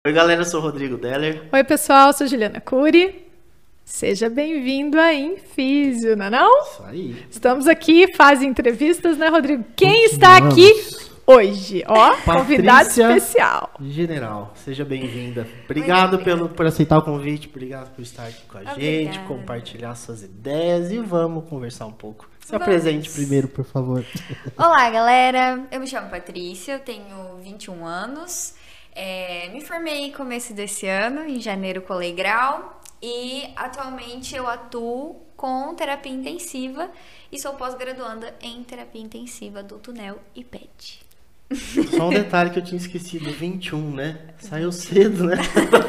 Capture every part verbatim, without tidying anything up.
Oi galera, eu sou o Rodrigo Deller. Oi pessoal, eu sou Juliana Cury. Seja bem-vindo a Infísio, não é não? Isso aí. Estamos aqui, fazem entrevistas, né, Rodrigo? Quem está aqui hoje? Ó, convidado especial. General, seja bem-vinda. Obrigado pelo, por aceitar o convite, obrigado por estar aqui com a Obrigada. gente, compartilhar suas ideias e vamos conversar um pouco. Se Vamos. apresente primeiro, por favor. Olá, galera. Eu me chamo Patrícia, eu tenho vinte e um anos. É, me formei no começo desse ano, em janeiro colei grau. E atualmente eu atuo com terapia intensiva e sou pós-graduanda em terapia intensiva do Tunel e P E T. Só um detalhe que eu tinha esquecido, vinte e um, né? Saiu cedo, né?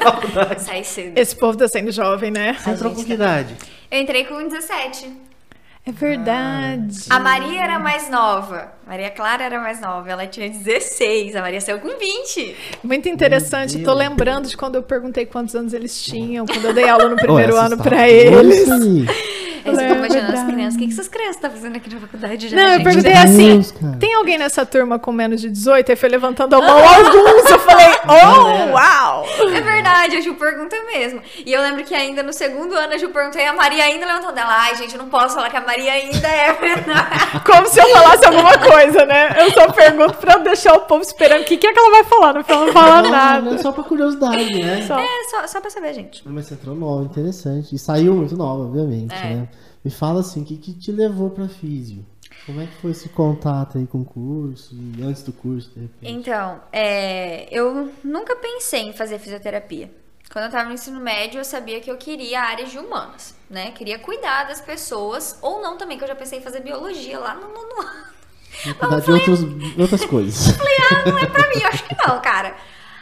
Sai cedo. Esse povo tá sendo jovem, né? Você entrou com que idade? Eu entrei com dezessete. É verdade. A Maria era mais nova. Maria Clara era mais nova. Ela tinha dezesseis. A Maria saiu com vinte. Muito interessante. Meu Tô Deus. lembrando de quando eu perguntei quantos anos eles tinham, quando eu dei aula no primeiro Ô, essa ano história- pra eles. Isso aí. Aí você É fica imaginando as verdade. crianças. O que que essas crianças estão fazendo aqui na faculdade já, Não, eu gente? perguntei Deus, assim, cara. tem alguém nessa turma com menos de dezoito? Aí foi levantando a mão alguns, eu falei, oh, uau! É verdade, a Ju pergunta mesmo. E eu lembro que ainda no segundo ano a Ju perguntou e a Maria ainda levantou dela. Ai, gente, eu não posso falar que a Maria ainda é menor. Como se eu falasse alguma coisa, né? Eu só pergunto pra deixar o povo esperando o que, que é que ela vai falar, no final não fala Não, nada. não é só pra curiosidade, né? Só. É, só, só pra saber, gente. Mas você entrou nova, interessante. E saiu muito nova, obviamente, É. né? Me fala assim, o que, que te levou pra físio? Como é que foi esse contato aí com o curso e antes do curso, de repente? Então, é, eu nunca pensei em fazer fisioterapia. Quando eu tava no ensino médio, eu sabia que eu queria a área de humanas, né? Queria cuidar das pessoas, ou não também, que eu já pensei em fazer biologia lá no nono ano. Na verdade, de outros, outras coisas. Ah, não é pra mim, eu acho que não, cara.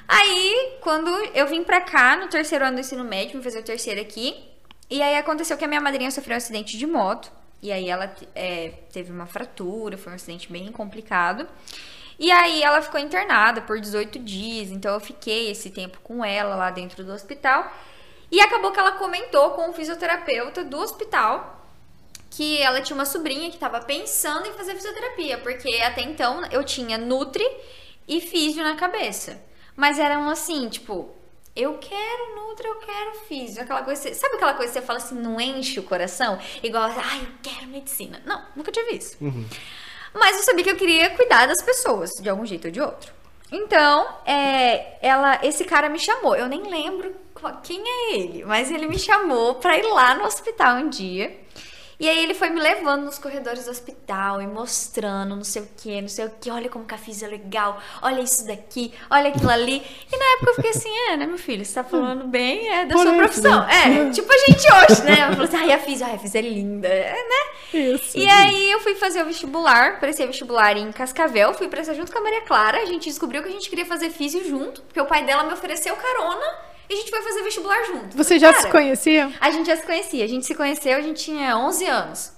Aí, quando eu vim pra cá, no terceiro ano do ensino médio, vim fazer o terceiro aqui, e aí aconteceu que a minha madrinha sofreu um acidente de moto, e aí ela é, teve uma fratura, foi um acidente bem complicado, e aí ela ficou internada por dezoito dias, então eu fiquei esse tempo com ela lá dentro do hospital, e acabou que ela comentou com o fisioterapeuta do hospital que ela tinha uma sobrinha que estava pensando em fazer fisioterapia, porque até então eu tinha Nutri e Físio na cabeça. Mas eram assim, tipo, eu quero Nutri, eu quero Físio. Aquela coisa, sabe aquela coisa que você fala assim, não enche o coração? Igual, ai, eu quero medicina. Não, nunca tive isso. Uhum. Mas eu sabia que eu queria cuidar das pessoas, de algum jeito ou de outro. Então, é, ela, esse cara me chamou. Eu nem lembro qual- quem é ele, mas ele me chamou pra ir lá no hospital um dia. E aí ele foi me levando nos corredores do hospital e mostrando não sei o que, não sei o que. Olha como que a física é legal, olha isso daqui, olha aquilo ali. E na época eu fiquei assim, é, né, meu filho, você tá falando bem é da sua Parece, profissão. né? É, tipo a gente hoje, né? Ela falou assim, ai, a física, ai, a física é linda, é, né? Isso. E aí eu fui fazer o vestibular, prestei vestibular em Cascavel, fui prestar junto com a Maria Clara, a gente descobriu que a gente queria fazer físio junto, porque o pai dela me ofereceu carona e a gente foi fazer vestibular junto. Você já Cara, se conhecia? A gente já se conhecia, a gente se conheceu, a gente tinha onze anos.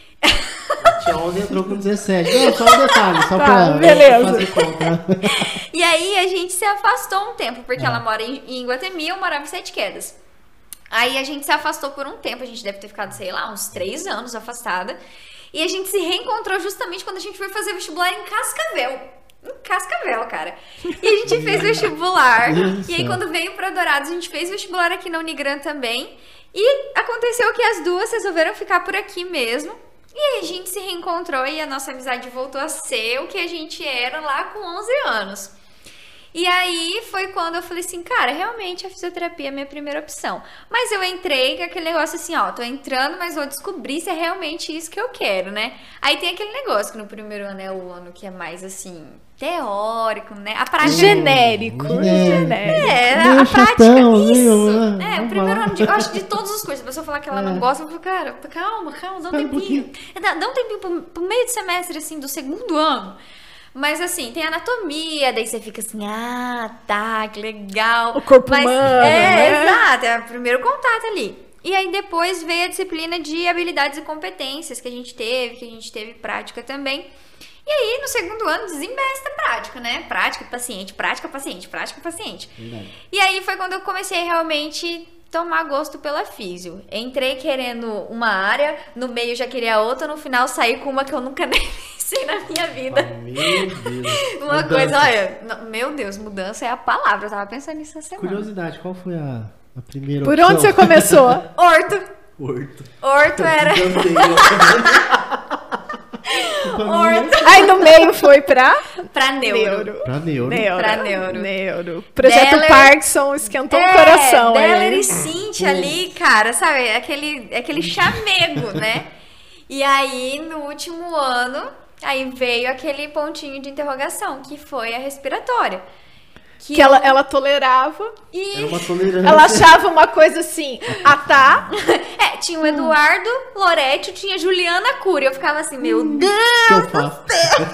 Tinha onze e entrou com Com dezessete. Não, só um detalhe, só Tá, pra beleza. fazer conta. E aí a gente se afastou um tempo, porque ela mora em, em Iguatemi, eu morava em Sete Quedas. Aí a gente se afastou por um tempo, a gente deve ter ficado, sei lá, uns três anos afastada. E a gente se reencontrou justamente quando a gente foi fazer vestibular em Cascavel. Em Cascavel, cara. E a gente fez vestibular. Meu Deus do E aí céu. quando veio pra Dourados, a gente fez vestibular aqui na Unigran também. E aconteceu que as duas resolveram ficar por aqui mesmo. E aí a gente se reencontrou e a nossa amizade voltou a ser o que a gente era lá com onze anos. E aí foi quando eu falei assim, cara, realmente a fisioterapia é a minha primeira opção. Mas eu entrei com aquele negócio assim, ó, tô entrando, mas vou descobrir se é realmente isso que eu quero, né? Aí tem aquele negócio que no primeiro ano é o ano que é mais assim, teórico, né? A prática... Genérico. Genérico. Genérico. É, Meio a prática, chatão, isso. meio, né? É, o Vamos primeiro falar. ano, de, eu acho de todos os cursos, a pessoa falar que ela É. não gosta, eu falo, cara, calma, calma, dá um Espera um tempinho. Dá, dá um tempinho pro, pro meio do semestre, assim, do segundo ano. Mas assim, tem anatomia, daí você fica assim, ah, tá, que legal. O corpo Mas, humano, É, né? exato, é o primeiro contato ali. E aí depois veio a disciplina de habilidades e competências que a gente teve, que a gente teve prática também. E aí, no segundo ano, desembesta a prática, né? Prática, paciente, prática, paciente, prática, paciente. Verdade. E aí foi quando eu comecei realmente tomar gosto pela físio. Entrei querendo uma área, no meio já queria outra, no final saí com uma que eu nunca nem pensei na minha vida. Ah, meu Deus. Uma Mudança. coisa, olha, não, meu Deus, mudança é a palavra, eu tava pensando nisso essa semana. Curiosidade, qual foi a, a primeira Por opção? onde você começou? Horto. Horto. Horto era... Horto. Aí no meio foi pra Pra neuro. neuro. Pra neuro. Neuro. Pra neuro. Neuro. Projeto Deller- Parkinson esquentou É, o coração. Deller aí. e Cintia ali, cara, sabe? Aquele, aquele chamego, né? E aí, no último ano, aí veio aquele pontinho de interrogação, que foi a respiratória. Que ela, ela tolerava. E... Era uma tolerância. Ela achava uma coisa assim, ah tá. É, tinha o Eduardo Loretti, tinha a Juliana Cury. Eu ficava assim, meu Deus! O que eu faço?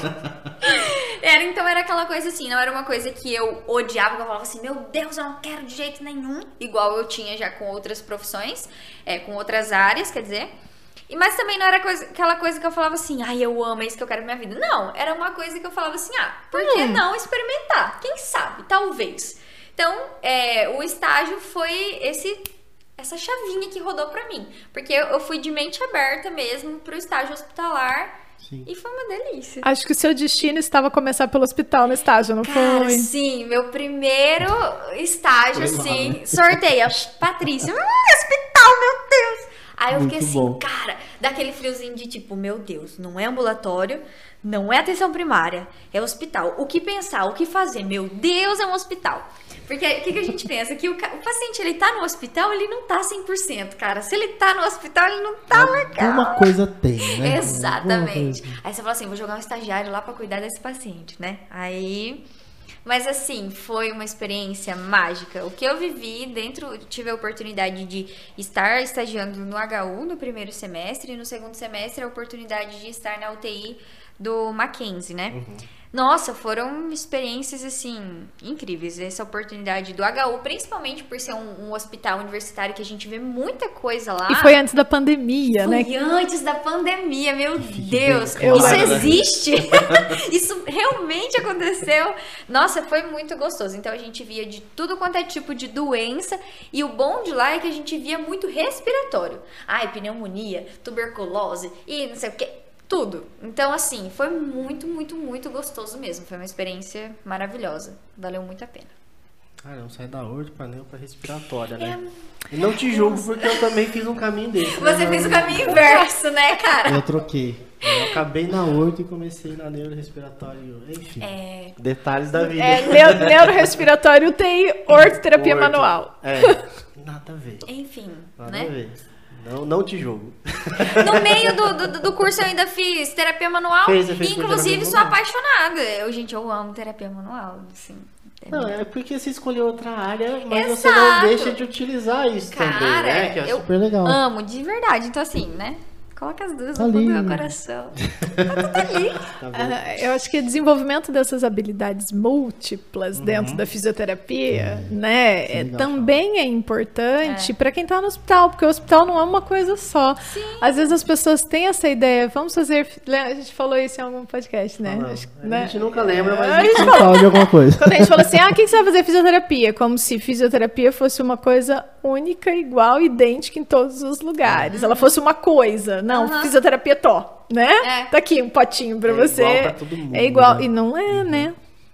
Era, então era aquela coisa assim, não era uma coisa que eu odiava, que eu falava assim, meu Deus, eu não quero de jeito nenhum. Igual eu tinha já com outras profissões, é, com outras áreas, quer dizer. E, mas também não era coisa, aquela coisa que eu falava assim, ai, eu amo, é isso que eu quero pra minha vida. Não, era uma coisa que eu falava assim, ah, por que Hum. não experimentar? Quem sabe? Talvez. Então, é, o estágio foi esse, essa chavinha que rodou pra mim. Porque eu, eu fui de mente aberta mesmo pro estágio hospitalar Sim. e foi uma delícia. Acho que o seu destino estava a começar pelo hospital no estágio, não Cara, foi? sim, meu primeiro estágio, Foi lá, assim, né? sorteio, a Patrícia, hum, hospital, meu Deus! Aí eu Muito fiquei assim, bom. cara, daquele friozinho de tipo, meu Deus, não é ambulatório, não é atenção primária, é hospital. O que pensar, o que fazer? Meu Deus, é um hospital. Porque o que, que a gente pensa? Que o, ca- o paciente, ele tá no hospital, ele não tá cem por cento, cara. Se ele tá no hospital, ele não tá legal. Alguma coisa tem, né? Exatamente. Alguma coisa. Aí você fala assim, vou jogar um estagiário lá pra cuidar desse paciente, né? Aí... Mas assim, foi uma experiência mágica. O que eu vivi dentro, tive a oportunidade de estar estagiando no H U no primeiro semestre e no segundo semestre a oportunidade de estar na U T I do Mackenzie, né? Uhum. Nossa, foram experiências, assim, incríveis. Essa oportunidade do H U, principalmente por ser um, um hospital universitário que a gente vê muita coisa lá. E foi antes da pandemia, Foi né? antes da pandemia, meu Deus. bem Isso claro, né? existe. Isso realmente aconteceu. Nossa, foi muito gostoso. Então a gente via de tudo quanto é tipo de doença. E o bom de lá é que a gente via muito respiratório. Ai, pneumonia, tuberculose e não sei o que. Tudo. Então, assim, foi muito, muito, muito gostoso mesmo. Foi uma experiência maravilhosa. Valeu muito a pena. Cara, não sai da horta pra nem pra respiratória, né? E não te julgo porque eu também fiz um caminho desse. né? Você fez o caminho inverso, né, cara? Eu troquei. Eu acabei na horta e comecei na neurorespiratório. Enfim, É. detalhes da vida. É, neu- neurorespiratório U T I, ortoterapia Horto. manual. É, nada a ver. Enfim, Nada né? a ver. Não, não te julgo. No meio do, do, do curso eu ainda fiz terapia manual. Fez, você fez e com inclusive terapia sou manual. apaixonada. Eu, gente, eu amo terapia manual. Assim, é Não, muito- é porque você escolheu outra área, mas você Exato. não deixa de utilizar isso Cara, também, né? Que é eu Super legal. amo, de verdade. Então, assim, né? Coloca as duas Tá no fundo do ali. meu coração. Tá tudo ali. Tá bom. Ah, eu acho que o desenvolvimento dessas habilidades múltiplas dentro da fisioterapia, né, é, legal também é importante para quem está no hospital, porque o hospital não é uma coisa só. Às vezes as pessoas têm essa ideia, vamos fazer, a gente falou isso em algum podcast, né? Falamos. Acho que, A né? gente nunca lembra, mas A gente Um tal de alguma coisa. Quando a gente fala assim, ah, o que que você vai fazer fisioterapia? Como se fisioterapia fosse uma coisa única, igual, idêntica em todos os lugares. Ela fosse uma coisa. Não, Aham. fisioterapia tó, né? É. Tá aqui um potinho pra É você. igual pra todo mundo, É igual. né? E não é, né?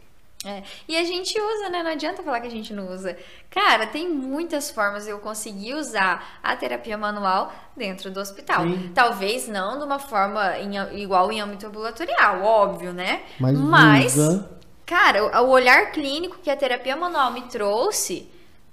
É. E a gente usa, né? Não adianta falar que a gente não usa. Cara, tem muitas formas de eu conseguir usar a terapia manual dentro do hospital. Sim. Talvez não de uma forma em- igual em âmbito ambulatorial, óbvio, né? Mas usa. cara, o, o olhar clínico que a terapia manual me trouxe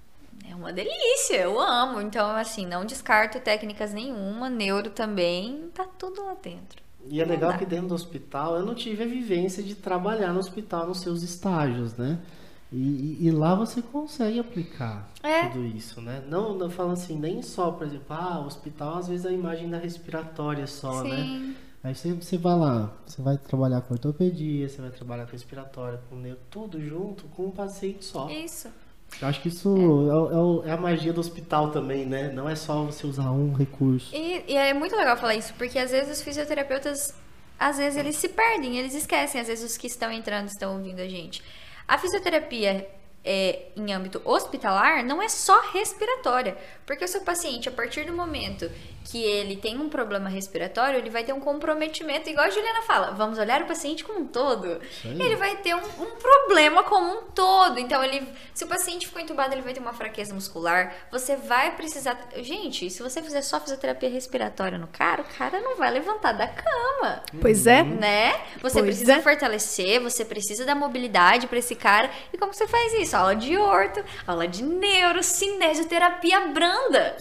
é uma delícia, eu amo. Então, assim, não descarto técnicas nenhuma, neuro também, tá tudo lá dentro. E é legal dá. que dentro do hospital eu não tive a vivência de trabalhar no hospital nos seus estágios, né? E, e- e lá você consegue aplicar É. tudo isso, né? Não, não falando assim, nem só, por exemplo, ah, o hospital às vezes é a imagem da respiratória só, né? Sim. Aí você, você vai lá, você vai trabalhar com ortopedia, você vai trabalhar com respiratória, com neuro, tudo junto com um paciente só. Isso. Eu acho que isso é, o- é o- é a magia do hospital também, né? Não é só você usar um recurso. E, e é muito legal falar isso, porque às vezes os fisioterapeutas, às vezes eles se perdem, eles esquecem, às vezes os que estão entrando estão ouvindo a gente. A fisioterapia É, em âmbito hospitalar, não é só respiratória, porque o seu paciente, a partir do momento que ele tem um problema respiratório, ele vai ter um comprometimento, igual a Juliana fala, vamos olhar o paciente como um todo. Ele vai ter um, um problema como um todo. Então, ele, se o paciente ficou entubado, ele vai ter uma fraqueza muscular, você vai precisar... Gente, se você fizer só fisioterapia respiratória no cara, o cara não vai levantar da cama. Pois é. Né? Você Pois precisa é. fortalecer, você precisa dar mobilidade pra esse cara. E como você faz isso? Aula de orto, aula de neuro, cinesioterapia branda.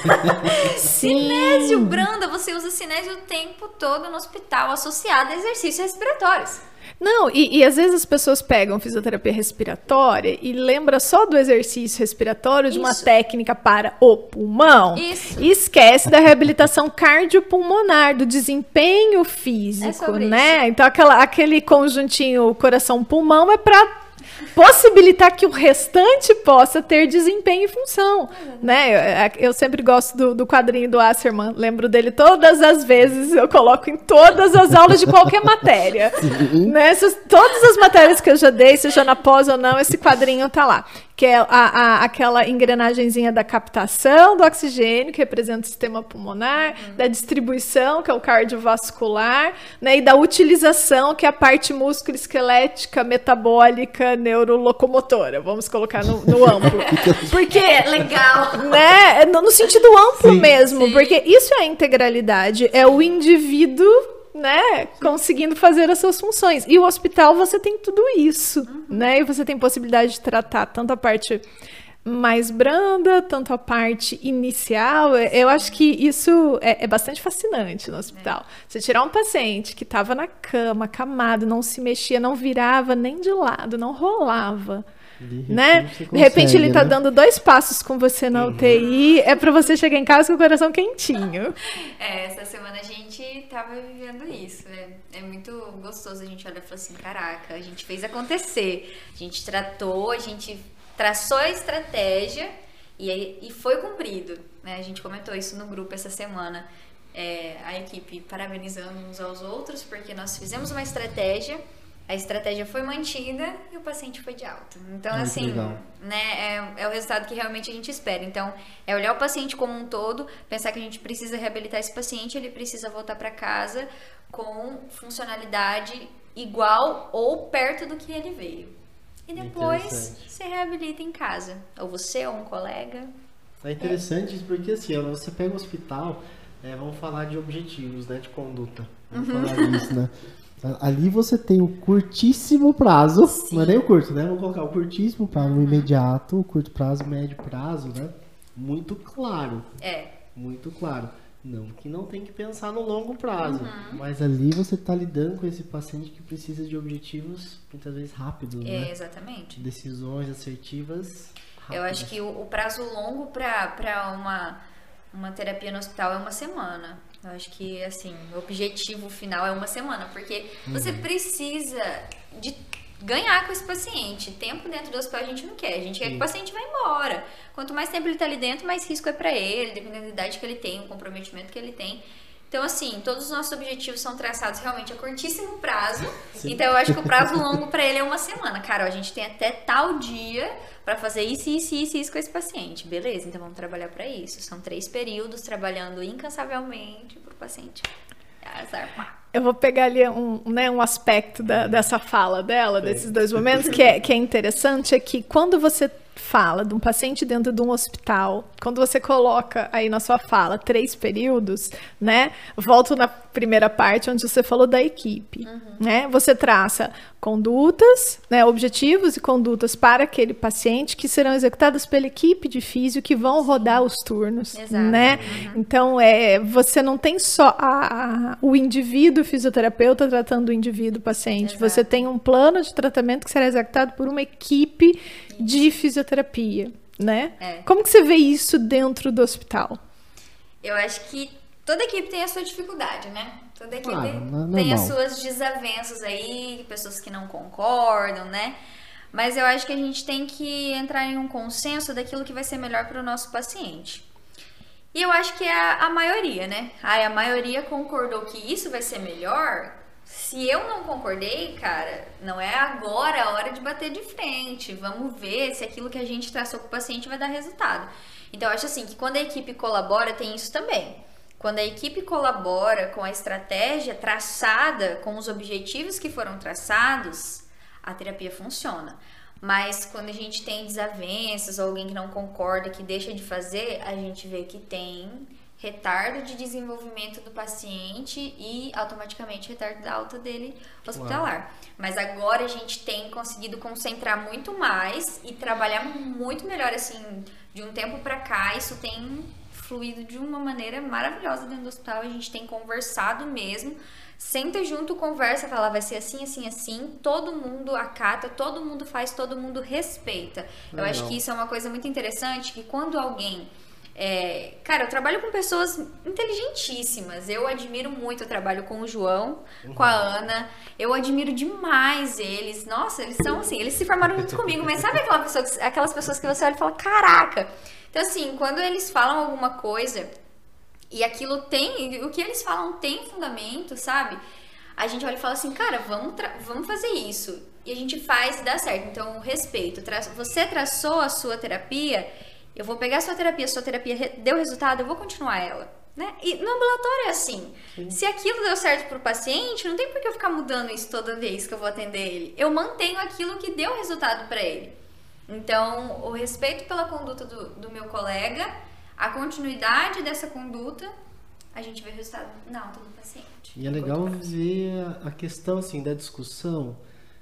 Cinésio branda, você usa cinésio o tempo todo no hospital, associado a exercícios respiratórios. Não, e, e às vezes as pessoas pegam fisioterapia respiratória e lembra só do exercício respiratório de uma Isso. técnica para o pulmão. Isso. E esquece da reabilitação cardiopulmonar, do desempenho É físico, sobre né? Então aquela, aquele conjuntinho coração-pulmão é para possibilitar que o restante possa ter desempenho e função, né? Eu, eu sempre gosto do, do quadrinho do Asserman, lembro dele todas as vezes, eu coloco em todas as aulas de qualquer matéria, né? Essas, todas as matérias que eu já dei, seja na pós ou não, esse quadrinho tá lá, que é a, a, aquela engrenagenzinha da captação do oxigênio, que representa o sistema pulmonar, uhum. da distribuição, que é o cardiovascular, né? E da utilização, que é a parte músculo-esquelética, metabólica, neurolocomotora, vamos colocar no, no amplo. Porque, é legal, né? No, no sentido amplo Sim. mesmo, Sim. porque isso é a integralidade, é o indivíduo, né, conseguindo fazer as suas funções. E o hospital você tem tudo isso, uhum. né? E você tem possibilidade de tratar tanto a parte mais branda, tanto a parte inicial. Eu acho que isso é, é bastante fascinante no hospital. É. Você tirar um paciente que estava na cama, acamado, não se mexia, não virava nem de lado, não rolava. De né? Consegue, de repente ele tá né? dando dois passos com você na uhum. U T I, é pra você chegar em casa com o coração quentinho. É, essa semana a gente tava vivendo isso, é, é muito gostoso, a gente olha e fala assim, caraca, a gente fez acontecer, a gente tratou, a gente traçou a estratégia e, e foi cumprido, né? A gente comentou isso no grupo essa semana, é, a equipe parabenizando uns aos outros, porque nós fizemos uma estratégia, a estratégia foi mantida e o paciente foi de alta. Então, Ai, assim, né, é, é o resultado que realmente a gente espera. Então, é olhar o paciente como um todo, pensar que a gente precisa reabilitar esse paciente, ele precisa voltar para casa com funcionalidade igual ou perto do que ele veio. E depois se reabilita em casa. Ou você, ou um colega. É interessante isso, porque assim, você pega o hospital, é, vamos falar de objetivos, né, de conduta. Vamos uhum. falar disso, né? Ali você tem o curtíssimo prazo, Sim. não é nem o curto, né? Vamos colocar o curtíssimo prazo, o imediato, o curto prazo, o médio prazo, né? Muito claro. É. Muito claro. Não, que não tem que pensar no longo prazo. Uhum. Mas ali você está lidando com esse paciente que precisa de objetivos muitas vezes rápidos, é, né? Exatamente. Decisões assertivas rápidas. Eu acho que o, o prazo longo para uma, uma terapia no hospital é uma semana. Eu acho que, assim, o objetivo final é uma semana, porque uhum. você precisa de ganhar com esse paciente. Tempo dentro do hospital a gente não quer, a gente quer Sim. que o paciente vá embora. Quanto mais tempo ele tá ali dentro, mais risco é para ele, dependendo da idade que ele tem, o comprometimento que ele tem. Então, assim, todos os nossos objetivos são traçados realmente a curtíssimo prazo. Sim. Então, eu acho que o prazo longo para ele é uma semana. Cara, a gente tem até tal dia para fazer isso, isso, isso, isso com esse paciente. Beleza, então vamos trabalhar para isso. São três períodos trabalhando incansavelmente para o paciente azarpar. Eu vou pegar ali um, né, um aspecto da, dessa fala dela, Sim. desses dois momentos, que é, que é interessante, é que quando você fala de um paciente dentro de um hospital, quando você coloca aí na sua fala três períodos, né? Volto na primeira parte onde você falou da equipe, uhum. né? Você traça condutas, né, objetivos e condutas para aquele paciente que serão executadas pela equipe de físio que vão Sim. rodar os turnos, Exato. né? Uhum. Então, é, você não tem só a, a, o indivíduo fisioterapeuta tratando o indivíduo paciente, Exato. Você tem um plano de tratamento que será executado por uma equipe isso. de fisioterapia, né? É. Como que você vê isso dentro do hospital? Eu acho que toda equipe tem a sua dificuldade, né? Toda equipe ah, tem as suas desavenças aí, pessoas que não concordam, né? Mas eu acho que a gente tem que entrar em um consenso daquilo que vai ser melhor para o nosso paciente. E eu acho que é a, a maioria, né? Aí a maioria concordou que isso vai ser melhor, Se eu não concordei, cara, não é agora a hora de bater de frente. Vamos ver se aquilo que a gente traçou com o paciente vai dar resultado. Então, eu acho assim, que quando a equipe colabora, tem isso também. Quando a equipe colabora com a estratégia traçada, com os objetivos que foram traçados, a terapia funciona. Mas quando a gente tem desavenças ou alguém que não concorda, que deixa de fazer, a gente vê que tem retardo de desenvolvimento do paciente e automaticamente retardo da alta dele hospitalar. Uau. Mas agora a gente tem conseguido concentrar muito mais e trabalhar muito melhor, assim, de um tempo pra cá. Isso tem fluído de uma maneira maravilhosa dentro do hospital. A gente tem conversado mesmo, senta junto, conversa, fala, vai ser assim, assim, assim, todo mundo acata, todo mundo faz, todo mundo respeita. Legal. Eu acho que isso é uma coisa muito interessante, que quando alguém... É, cara, eu trabalho com pessoas inteligentíssimas. Eu admiro muito o trabalho com o João, uhum. com a Ana. Eu admiro demais eles. Nossa, eles são assim, eles se formaram junto comigo. Mas sabe aquela pessoa, aquelas pessoas que você olha e fala, caraca! Então assim, quando eles falam alguma coisa e aquilo tem, o que eles falam tem fundamento, sabe? A gente olha e fala assim, cara, vamos, vamos fazer isso. E a gente faz e dá certo. Então, o respeito. Tra você traçou a sua terapia... Eu vou pegar a sua terapia, a sua terapia deu resultado, eu vou continuar ela, né? E no ambulatório é assim. Sim. Se aquilo deu certo pro paciente, não tem por que eu ficar mudando isso toda vez que eu vou atender ele. Eu mantenho aquilo que deu resultado para ele. Então, o respeito pela conduta do, do meu colega, a continuidade dessa conduta, a gente vê o resultado na alta do paciente. E é legal ver a questão, assim, da discussão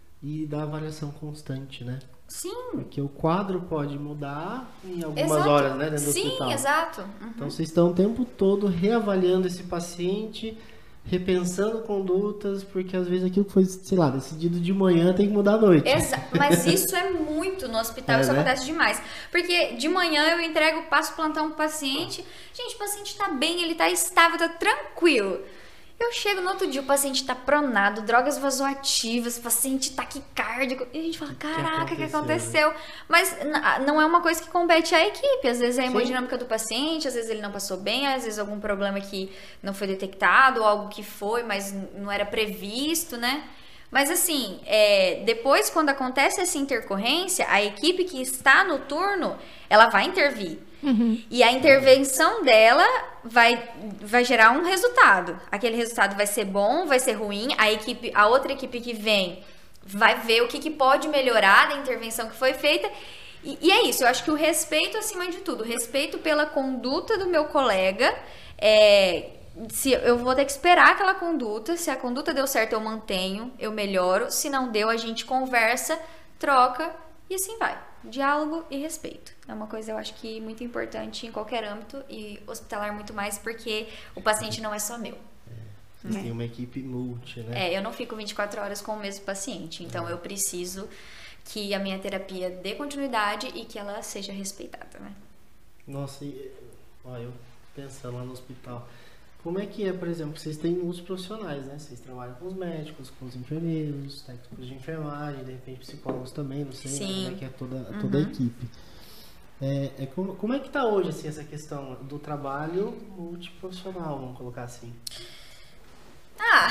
e da avaliação constante, né? Sim. Porque o quadro pode mudar em algumas exato. horas, né, dentro do Sim, hospital. Sim, exato. Uhum. Então, vocês estão o tempo todo reavaliando esse paciente, repensando condutas, porque às vezes aquilo que foi, sei lá, decidido de manhã tem que mudar à noite. Exato. Mas isso é muito no hospital, é, isso né? acontece demais. Porque de manhã eu entrego, passo plantão pro paciente, gente, o paciente tá bem, ele tá estável, tá tranquilo. Eu chego no outro dia, o paciente tá pronado, drogas vasoativas, o paciente taquicárdico. E a gente fala, caraca, o que aconteceu? Mas não é uma coisa que compete à equipe. Às vezes é a hemodinâmica do paciente, às vezes ele não passou bem, às vezes algum problema que não foi detectado, ou algo que foi, mas não era previsto, né? Mas assim, é, depois quando acontece essa intercorrência, a equipe que está no turno, ela vai intervir. Uhum. E a intervenção dela vai, vai gerar um resultado. Aquele resultado vai ser bom, vai ser ruim. A, equipe, a outra equipe que vem vai ver o que, que pode melhorar da intervenção que foi feita. E, e é isso, eu acho que o respeito acima de tudo. Respeito pela conduta do meu colega. É, se eu vou ter que esperar aquela conduta. Se a conduta deu certo, eu mantenho, eu melhoro. Se não deu, a gente conversa, troca e assim vai. Diálogo e respeito. É uma coisa, eu acho que muito importante em qualquer âmbito e hospitalar muito mais, porque o paciente não é só meu. É, né? Tem uma equipe multi, né? É, eu não fico vinte e quatro horas com o mesmo paciente, então é. eu preciso que a minha terapia dê continuidade e que ela seja respeitada, né? Nossa, e, ó, eu pensando lá no hospital, como é que é, por exemplo, vocês têm muitos profissionais, né? Vocês trabalham com os médicos, com os enfermeiros, técnicos de enfermagem, de repente psicólogos também, não sei né? como é que é toda, toda uhum. a equipe. É, é como, como é que tá hoje, assim, essa questão do trabalho multiprofissional, vamos colocar assim? Ah!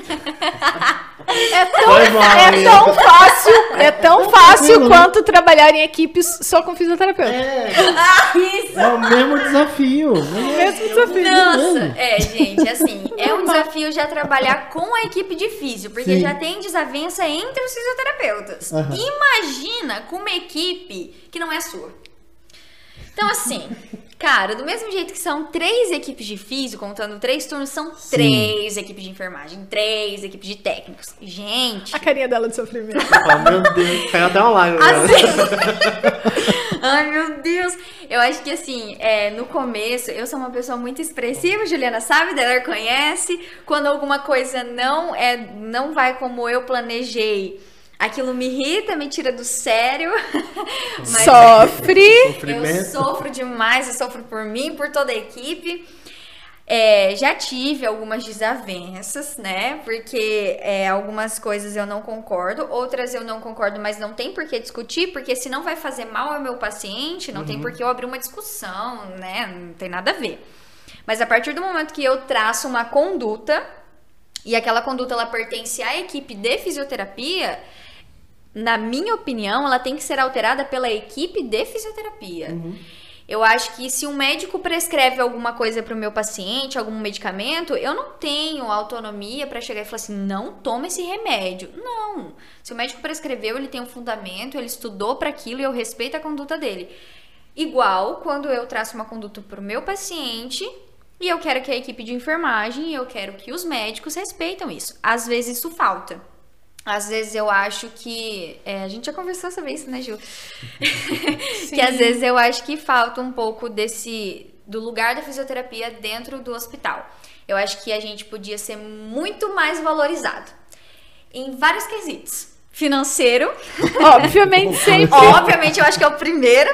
é, tão, é tão fácil, é tão fácil quanto trabalhar em equipes só com fisioterapeuta. É, ah, isso. É o mesmo desafio. É o mesmo desafio. Nossa, é, gente, assim, é um desafio já trabalhar com a equipe de físio, porque Sim. já tem desavença entre os fisioterapeutas. Uhum. Imagina com uma equipe que não é sua. Então, assim, cara, do mesmo jeito que são três equipes de físio, contando três turnos, são Sim. três equipes de enfermagem, três equipes de técnicos. Gente... A carinha dela de sofrimento. Oh, meu Deus, caiu até uma lágrima. Assim... Ai, meu Deus. Eu acho que, assim, é, no começo, eu sou uma pessoa muito expressiva, Juliana sabe, ela conhece. Quando alguma coisa não, é, não vai como eu planejei... Aquilo me irrita, me tira do sério. Mas Sofre. Eu sofro demais, eu sofro por mim, por toda a equipe. É, já tive algumas desavenças, né? Porque é, algumas coisas eu não concordo, outras eu não concordo, mas não tem por que discutir, porque se não vai fazer mal ao meu paciente, não uhum. tem por que eu abrir uma discussão, né? Não tem nada a ver. Mas a partir do momento que eu traço uma conduta... e aquela conduta ela pertence à equipe de fisioterapia, na minha opinião, ela tem que ser alterada pela equipe de fisioterapia. Uhum. Eu acho que se um médico prescreve alguma coisa para o meu paciente, algum medicamento, eu não tenho autonomia para chegar e falar assim, não toma esse remédio. Não. Se o médico prescreveu, ele tem um fundamento, ele estudou para aquilo e eu respeito a conduta dele. Igual quando eu traço uma conduta para o meu paciente e eu quero que a equipe de enfermagem, eu quero que os médicos respeitam isso. Às vezes isso falta. Às vezes eu acho que... É, a gente já conversou sobre isso, né, Ju? Que às vezes eu acho que falta um pouco desse... do lugar da fisioterapia dentro do hospital. Eu acho que a gente podia ser muito mais valorizado. Em vários quesitos. Financeiro. Obviamente, sempre. Obviamente, eu acho que é o primeiro.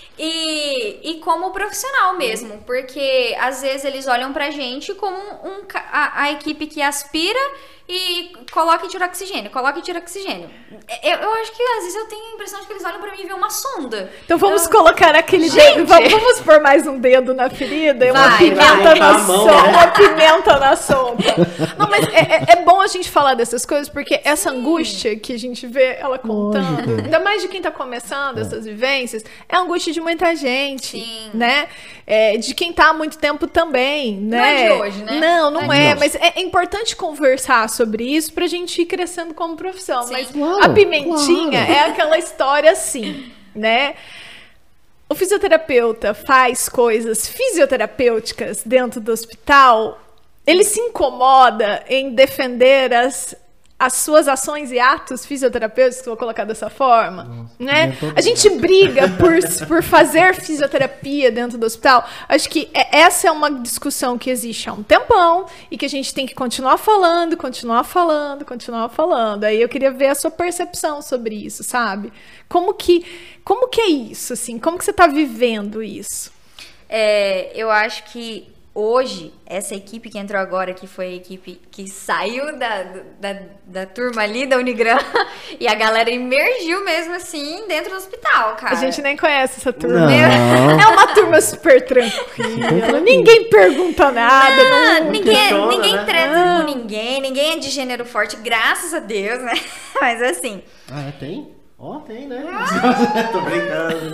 E, e como profissional mesmo. Porque às vezes eles olham pra gente como um, a, a equipe que aspira... E coloca e tira oxigênio, coloca e tira oxigênio. Eu, eu acho que às vezes eu tenho a impressão de que eles olham pra mim e veem uma sonda. Então vamos eu... colocar aquele dedo, vamos, vamos pôr mais um dedo na ferida e uma vai, pimenta vai. na sonda, uma pimenta na sonda. Não, mas é, é bom a gente falar dessas coisas, porque essa Sim. angústia que a gente vê ela contando, Lógico. ainda mais de quem tá começando é. essas vivências, é a angústia de muita gente, Sim. né? É, de quem tá há muito tempo também, né? Não é de hoje, né? Não, não, não é, é mas é, é importante conversar sobre isso pra gente ir crescendo como profissão. Sim. Mas Claro, a pimentinha claro. é aquela história assim, né? O fisioterapeuta faz coisas fisioterapêuticas dentro do hospital, ele se incomoda em defender as, as suas ações e atos fisioterapêuticos, vou colocar dessa forma, Nossa, né? A gente briga por, por fazer fisioterapia dentro do hospital. Acho que é, essa é uma discussão que existe há um tempão e que a gente tem que continuar falando, continuar falando, continuar falando. Aí eu queria ver a sua percepção sobre isso, sabe? Como que, como que é isso, assim? Como que você está vivendo isso? É, eu acho que hoje, essa equipe que entrou agora, que foi a equipe que saiu da, da, da turma ali, da Unigran, e a galera emergiu mesmo assim dentro do hospital, cara. A gente nem conhece essa turma. Não. É uma turma super tranquila. Ninguém pergunta nada. Não, não, ninguém, questiona, ninguém né? treta Não. com ninguém, ninguém é de gênero forte, graças a Deus, né? Mas assim... Ah, é, tem? Ó, oh, tem, né? Tô brincando.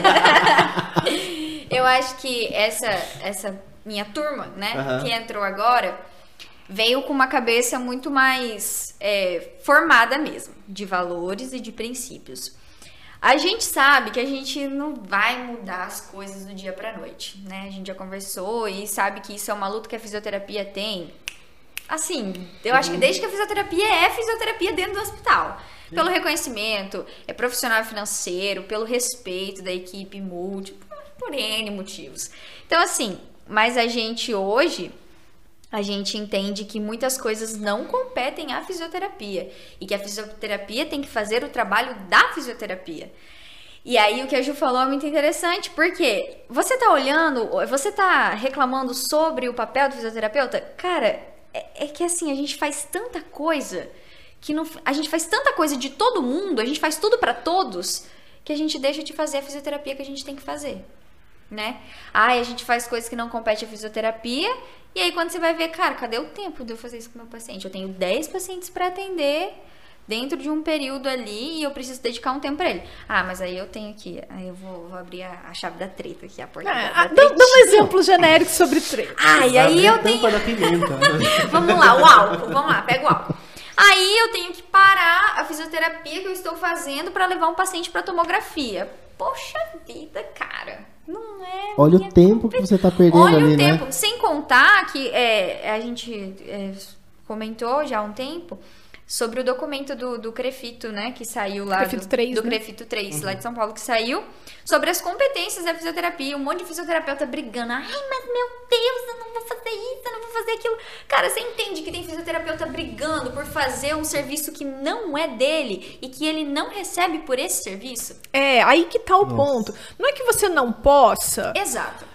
Eu acho que essa, essa minha turma, né, Uhum. que entrou agora, veio com uma cabeça muito mais é, formada mesmo, de valores e de princípios. A gente sabe que a gente não vai mudar as coisas do dia pra noite, né? A gente já conversou e sabe que isso é uma luta que a fisioterapia tem. Assim, eu acho que desde que a fisioterapia é fisioterapia dentro do hospital. Pelo reconhecimento, é profissional financeiro, pelo respeito da equipe multi, por N motivos. Então, assim, mas a gente hoje, a gente entende que muitas coisas não competem à fisioterapia e que a fisioterapia tem que fazer o trabalho da fisioterapia. E aí o que a Ju falou é muito interessante, porque você tá olhando, você tá reclamando sobre o papel do fisioterapeuta? Cara, é, é que assim, a gente faz tanta coisa, que não, a gente faz tanta coisa de todo mundo, a gente faz tudo pra todos, que a gente deixa de fazer a fisioterapia que a gente tem que fazer. Né? Ai, a gente faz coisas que não competem à fisioterapia, e aí quando você vai ver, cara, cadê o tempo de eu fazer isso com o meu paciente? Eu tenho dez pacientes para atender dentro de um período ali e eu preciso dedicar um tempo para ele. Ah, mas aí eu tenho que, aí eu vou, vou abrir a, a chave da treta aqui, a porta É, da, da dá, dá um exemplo genérico sobre treta. Ah, e aí eu tenho... Da pimenta, né? Vamos lá, o álcool, vamos lá, pega o álcool. Aí eu tenho que parar a fisioterapia que eu estou fazendo para levar um paciente para tomografia. Poxa vida, cara, não é... Olha o tempo que você tá perdendo Olha ali, o tempo, né? sem contar que é, a gente é, comentou já há um tempo sobre o documento do, do Crefito, né, que saiu lá, Crefito do, três, do né? Crefito três, uhum. lá de São Paulo, que saiu, sobre as competências da fisioterapia, um monte de fisioterapeuta brigando, ai, mas meu Deus, eu não vou fazer isso, eu não vou fazer aquilo. Cara, você entende que tem fisioterapeuta brigando por fazer um serviço que não é dele e que ele não recebe por esse serviço? É, aí que tá o Nossa. ponto. Não é que você não possa... Exato.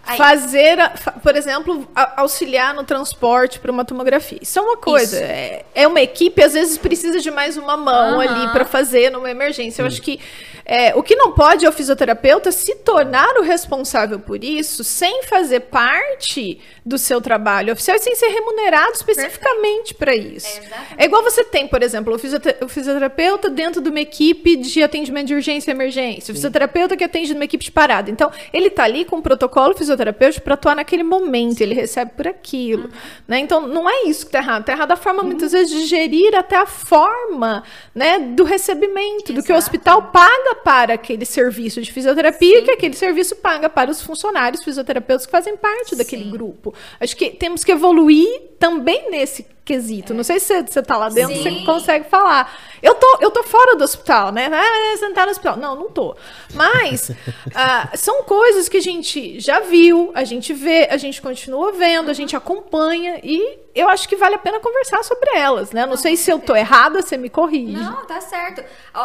Aí. Fazer, por exemplo, auxiliar no transporte para uma tomografia. Isso é uma coisa. É, é uma equipe, às vezes precisa de mais uma mão uhum. ali para fazer numa emergência. Eu acho que é, o que não pode é o fisioterapeuta se tornar o responsável por isso sem fazer parte do seu trabalho oficial e sem ser remunerado especificamente para isso. É, é igual você tem, por exemplo, o, fisiotera- o fisioterapeuta dentro de uma equipe de atendimento de urgência e emergência. Sim. O fisioterapeuta que atende numa equipe de parada. Então, ele está ali com um protocolo fisioterapêutico para atuar naquele momento. Sim. Ele recebe por aquilo. Uhum. Né? Então, não é isso que está errado. Está errado a forma, uhum. muitas vezes, de gerir até a forma, né, do recebimento, Exato. Do que o hospital paga para aquele serviço de fisioterapia, Sim. que aquele serviço paga para os funcionários fisioterapeutas que fazem parte Sim. daquele grupo. Acho que temos que evoluir também nesse quesito. É. Não sei se você está lá dentro, Sim. você consegue falar. Eu tô, eu tô fora do hospital, né? Ah, você não tá no hospital. Não, não tô. Mas ah, são coisas que a gente já viu, a gente vê, a gente continua vendo, a gente acompanha e eu acho que vale a pena conversar sobre elas, né? Não, não sei se eu tô errada, você me corrige. Não, tá certo.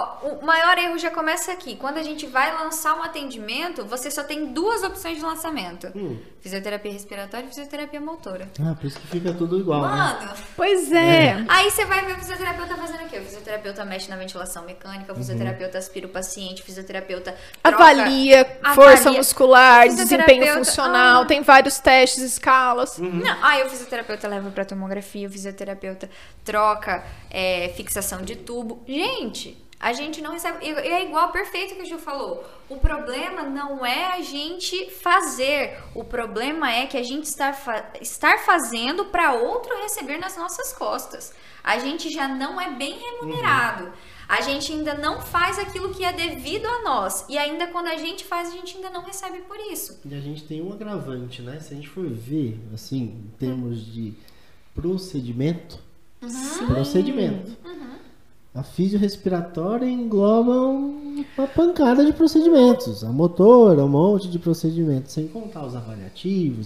O maior erro já começa aqui. Quando a gente vai lançar um atendimento, você só tem duas opções de lançamento. Hum. Fisioterapia respiratória e fisioterapia motora. Ah, por isso que fica tudo igual, Mano, né? Pois é. é. Aí você vai ver o fisioterapeuta fazendo o quê? O fisioterapeuta mexe na ventilação mecânica, o fisioterapeuta aspira o paciente, o fisioterapeuta troca, avalia, avalia força muscular, desempenho funcional, ah. tem vários testes, escalas. Uhum. Não, aí o fisioterapeuta leva pra tomografia, o fisioterapeuta troca é, fixação de tubo. Gente, a gente não recebe... É igual, perfeito o que o Gil falou. O problema não é a gente fazer. O problema é que a gente está, fa- estar fazendo para outro receber nas nossas costas. A gente já não é bem remunerado. Uhum. A gente ainda não faz aquilo que é devido a nós. E ainda quando a gente faz, a gente ainda não recebe por isso. E a gente tem um agravante, né? Se a gente for ver, assim, em termos de procedimento, uhum. procedimento. Uhum. A fisiorrespiratória engloba uma pancada de procedimentos. A motora, um monte de procedimentos, sem contar os avaliativos.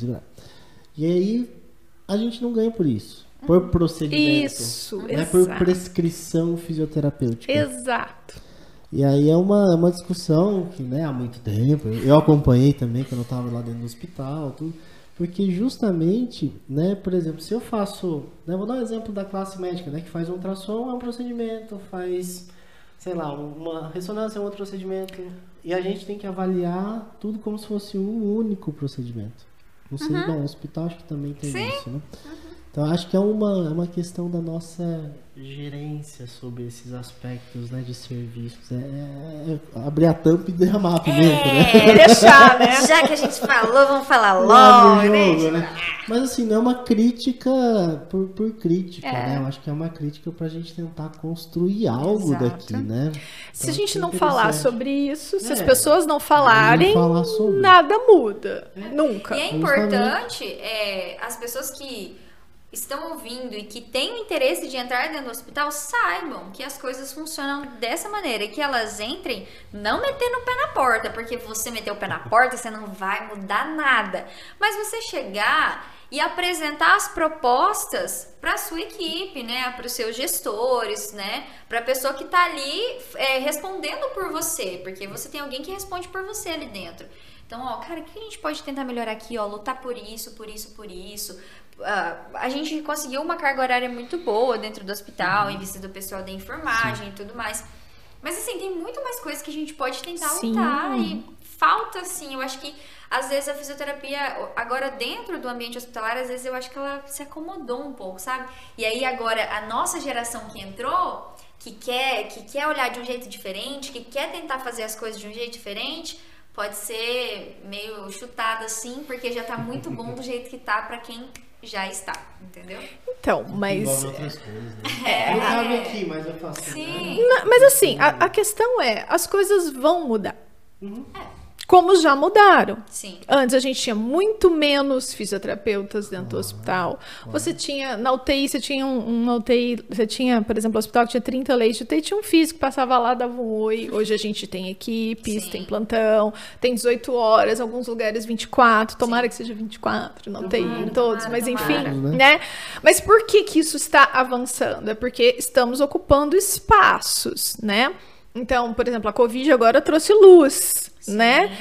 E aí, a gente não ganha por isso. Por procedimento. Isso, não é por prescrição fisioterapêutica. Exato. E aí é uma, uma discussão que, né, há muito tempo, eu acompanhei também quando eu estava lá dentro do hospital, tudo. Porque justamente, né, por exemplo, se eu faço, né, vou dar um exemplo da classe médica, né, que faz um ultrassom, é um procedimento, faz, sei lá, uma ressonância é um outro procedimento, e a gente tem que avaliar tudo como se fosse um único procedimento. Não sei, uhum. não, no hospital acho que também tem Sim. isso, né? Uhum. Então acho que é uma, é uma questão da nossa gerência sobre esses aspectos, né, de serviços. É, é, é abrir a tampa e derramar primeiro, é, né? deixar, né? Já que a gente falou, vamos falar logo, jogo, né? Mas assim, não é uma crítica por, por crítica, é. né? Eu acho que é uma crítica pra gente tentar construir algo Exato. daqui, né? Então, se a gente não falar sobre isso, se é. as pessoas não falarem, não sobre. nada muda. É. Nunca. E é importante é, as pessoas que estão ouvindo e que têm interesse de entrar dentro do hospital, saibam que as coisas funcionam dessa maneira e que elas entrem não metendo o pé na porta, porque você meter o pé na porta, você não vai mudar nada. Mas você chegar e apresentar as propostas para a sua equipe, né, para os seus gestores, né, para a pessoa que está ali é, respondendo por você, porque você tem alguém que responde por você ali dentro. Então, ó, cara, o que a gente pode tentar melhorar aqui, ó, lutar por isso, por isso, por isso. Uh, a gente conseguiu uma carga horária muito boa dentro do hospital, uhum. em vista do pessoal da enfermagem Sim. e tudo mais. Mas assim, tem muito mais coisas que a gente pode tentar Sim. lutar e falta, assim, eu acho que às vezes a fisioterapia, agora dentro do ambiente hospitalar, às vezes eu acho que ela se acomodou um pouco, sabe? E aí agora a nossa geração que entrou, que quer, que quer olhar de um jeito diferente, que quer tentar fazer as coisas de um jeito diferente, pode ser meio chutada assim, porque já tá muito bom do jeito que tá pra quem já está, entendeu? Então, mas... Envolve outras coisas, né? É, eu cabe é... aqui, mas eu faço... Sim. Né? Não, mas assim, a, a questão é, as coisas vão mudar. Uhum. É. Como já mudaram. Sim. Antes a gente tinha muito menos fisioterapeutas dentro do hospital. Você tinha, na U T I, você tinha um, um U T I, você tinha, por exemplo, o hospital que tinha trinta leitos de U T I, tinha um físico que passava lá, dava um oi. Hoje a gente tem equipes, Sim. tem plantão, tem dezoito horas, alguns lugares vinte e quatro, tomara Sim. que seja vinte e quatro na U T I, tomara, em todos, tomara, mas enfim, tomara. né? Mas por que que isso está avançando? É porque estamos ocupando espaços, né? Então, por exemplo, a Covid agora trouxe luz, Sim. né?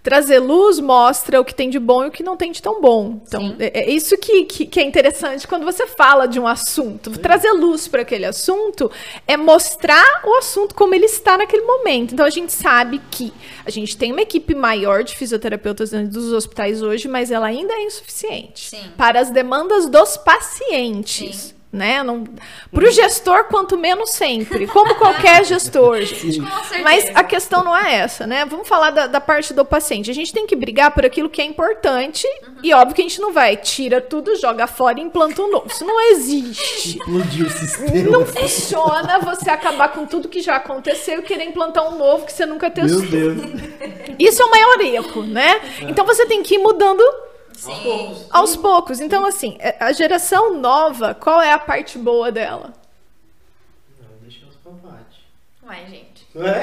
Trazer luz mostra o que tem de bom e o que não tem de tão bom. Então, é, é isso que, que, que é interessante quando você fala de um assunto. Sim. Trazer luz para aquele assunto é mostrar o assunto como ele está naquele momento. Então, a gente sabe que a gente tem uma equipe maior de fisioterapeutas dentro dos hospitais hoje, mas ela ainda é insuficiente. Sim. Para as demandas dos pacientes. Sim. Né? Não... Para o gestor, quanto menos sempre, como qualquer gestor. Mas a questão não é essa, né? Vamos falar da, da parte do paciente. A gente tem que brigar por aquilo que é importante, uhum. e óbvio que a gente não vai, tira tudo, joga fora e implanta um novo. Isso não existe. Explodir o sistema. Não funciona você acabar com tudo que já aconteceu e querer implantar um novo que você nunca testou. Meu Deus. Isso é o maior erro, né? É. Então você tem que ir mudando. Sim. Aos poucos. Aos poucos. Então, assim, a geração nova, qual é a parte boa dela? Não, deixa os papates. Ué, gente. Ué?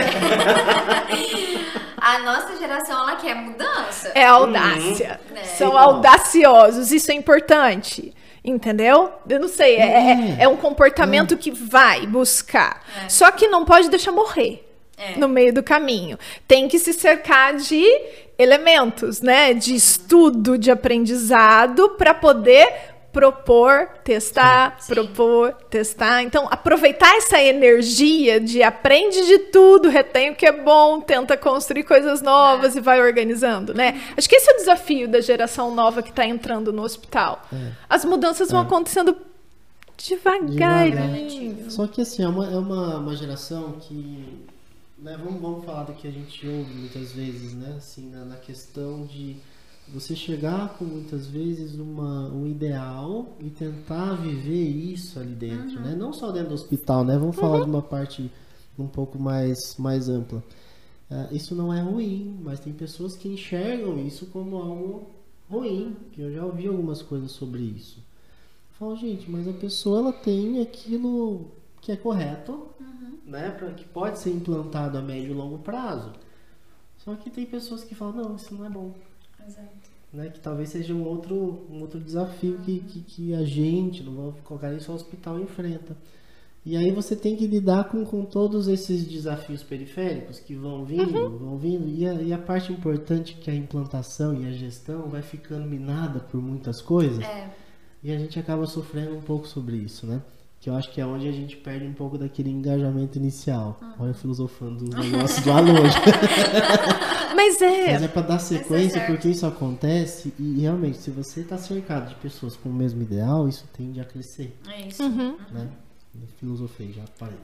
A nossa geração, ela quer mudança. É audácia. Uhum. É. São audaciosos. Isso é importante. Entendeu? Eu não sei. É, é, é um comportamento é. que vai buscar. É. Só que não pode deixar morrer. É. No meio do caminho. Tem que se cercar de elementos, né? De estudo, de aprendizado, para poder propor, testar, sim, propor, sim. testar. Então, aproveitar essa energia de aprende de tudo, retém o que é bom, tenta construir coisas novas é. e vai organizando, né? Acho que esse é o desafio da geração nova que está entrando no hospital. É. As mudanças vão é. acontecendo devagarinho. Devagar. Só que, assim, é uma, é uma, uma geração que... Né, vamos, vamos falar do que a gente ouve muitas vezes, né? Assim, na, na questão de você chegar com muitas vezes uma, um ideal e tentar viver isso ali dentro, uhum. né? Não só dentro do hospital, né? Vamos falar uhum. de uma parte um pouco mais, mais ampla. Uh, isso não é ruim, mas tem pessoas que enxergam isso como algo ruim, que eu já ouvi algumas coisas sobre isso. Eu falo, gente, mas a pessoa ela tem aquilo que é correto, uhum. né, pra, que pode ser implantado a médio e longo prazo. Só que tem pessoas que falam, não, isso não é bom. Exato. Né, que talvez seja um outro, um outro desafio uhum. que, que, que a gente, não vou colocar isso, o hospital enfrenta. E aí você tem que lidar com, com todos esses desafios periféricos que vão vindo, uhum. vão vindo, e a, e a parte importante que a implantação e a gestão vai ficando minada por muitas coisas, é. e a gente acaba sofrendo um pouco sobre isso, né? Que eu acho que é onde a gente perde um pouco daquele engajamento inicial. Uhum. Olha, filosofando do negócio do aluno. Mas é... Mas é para dar sequência, é porque isso acontece e realmente, se você está cercado de pessoas com o mesmo ideal, isso tende a crescer. É isso. Uhum. Né? Eu filosofei, já parei.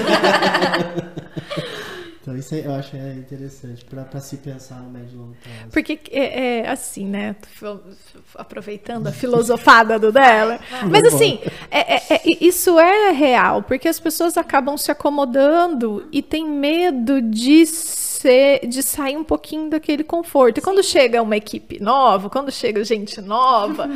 Então isso eu acho é interessante para se pensar no médio e longo prazo. Porque é, é assim, né? Aproveitando a filosofada do dela. Mas assim, é, é, é, isso é real, porque as pessoas acabam se acomodando e têm medo de ser, de sair um pouquinho daquele conforto. E quando chega uma equipe nova, quando chega gente nova...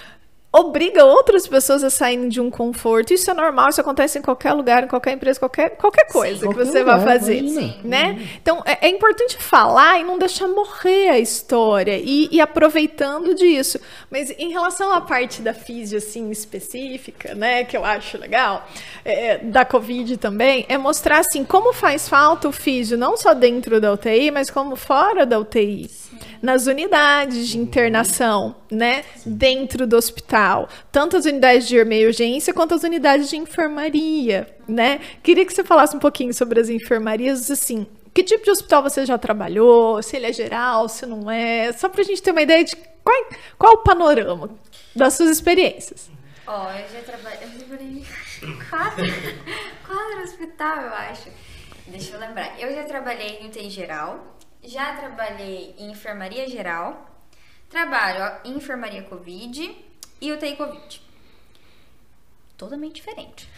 obriga outras pessoas a saírem de um conforto. Isso é normal, isso acontece em qualquer lugar, em qualquer empresa, qualquer, qualquer coisa. Sim, que você lugar, vai fazer, né? Então, é, é importante falar e não deixar morrer a história e, e aproveitando disso. Mas em relação à parte da físio, assim, específica, né, que eu acho legal, é, da Covid também, é mostrar, assim, como faz falta o físio, não só dentro da U T I, mas como fora da U T I. Sim. Nas unidades de internação, né, Sim. dentro do hospital, tanto as unidades de emergência quanto as unidades de enfermaria, né? Queria que você falasse um pouquinho sobre as enfermarias, assim, que tipo de hospital você já trabalhou, se ele é geral, se não é, só pra gente ter uma ideia de qual, qual o panorama das suas experiências. Ó, oh, eu já trabalhei, eu trabalhei em quatro, quatro hospital, eu acho. Deixa eu lembrar, eu já trabalhei em U T I geral, já trabalhei em enfermaria geral, trabalho ó, em enfermaria Covid e U T I Covid. Totalmente diferente.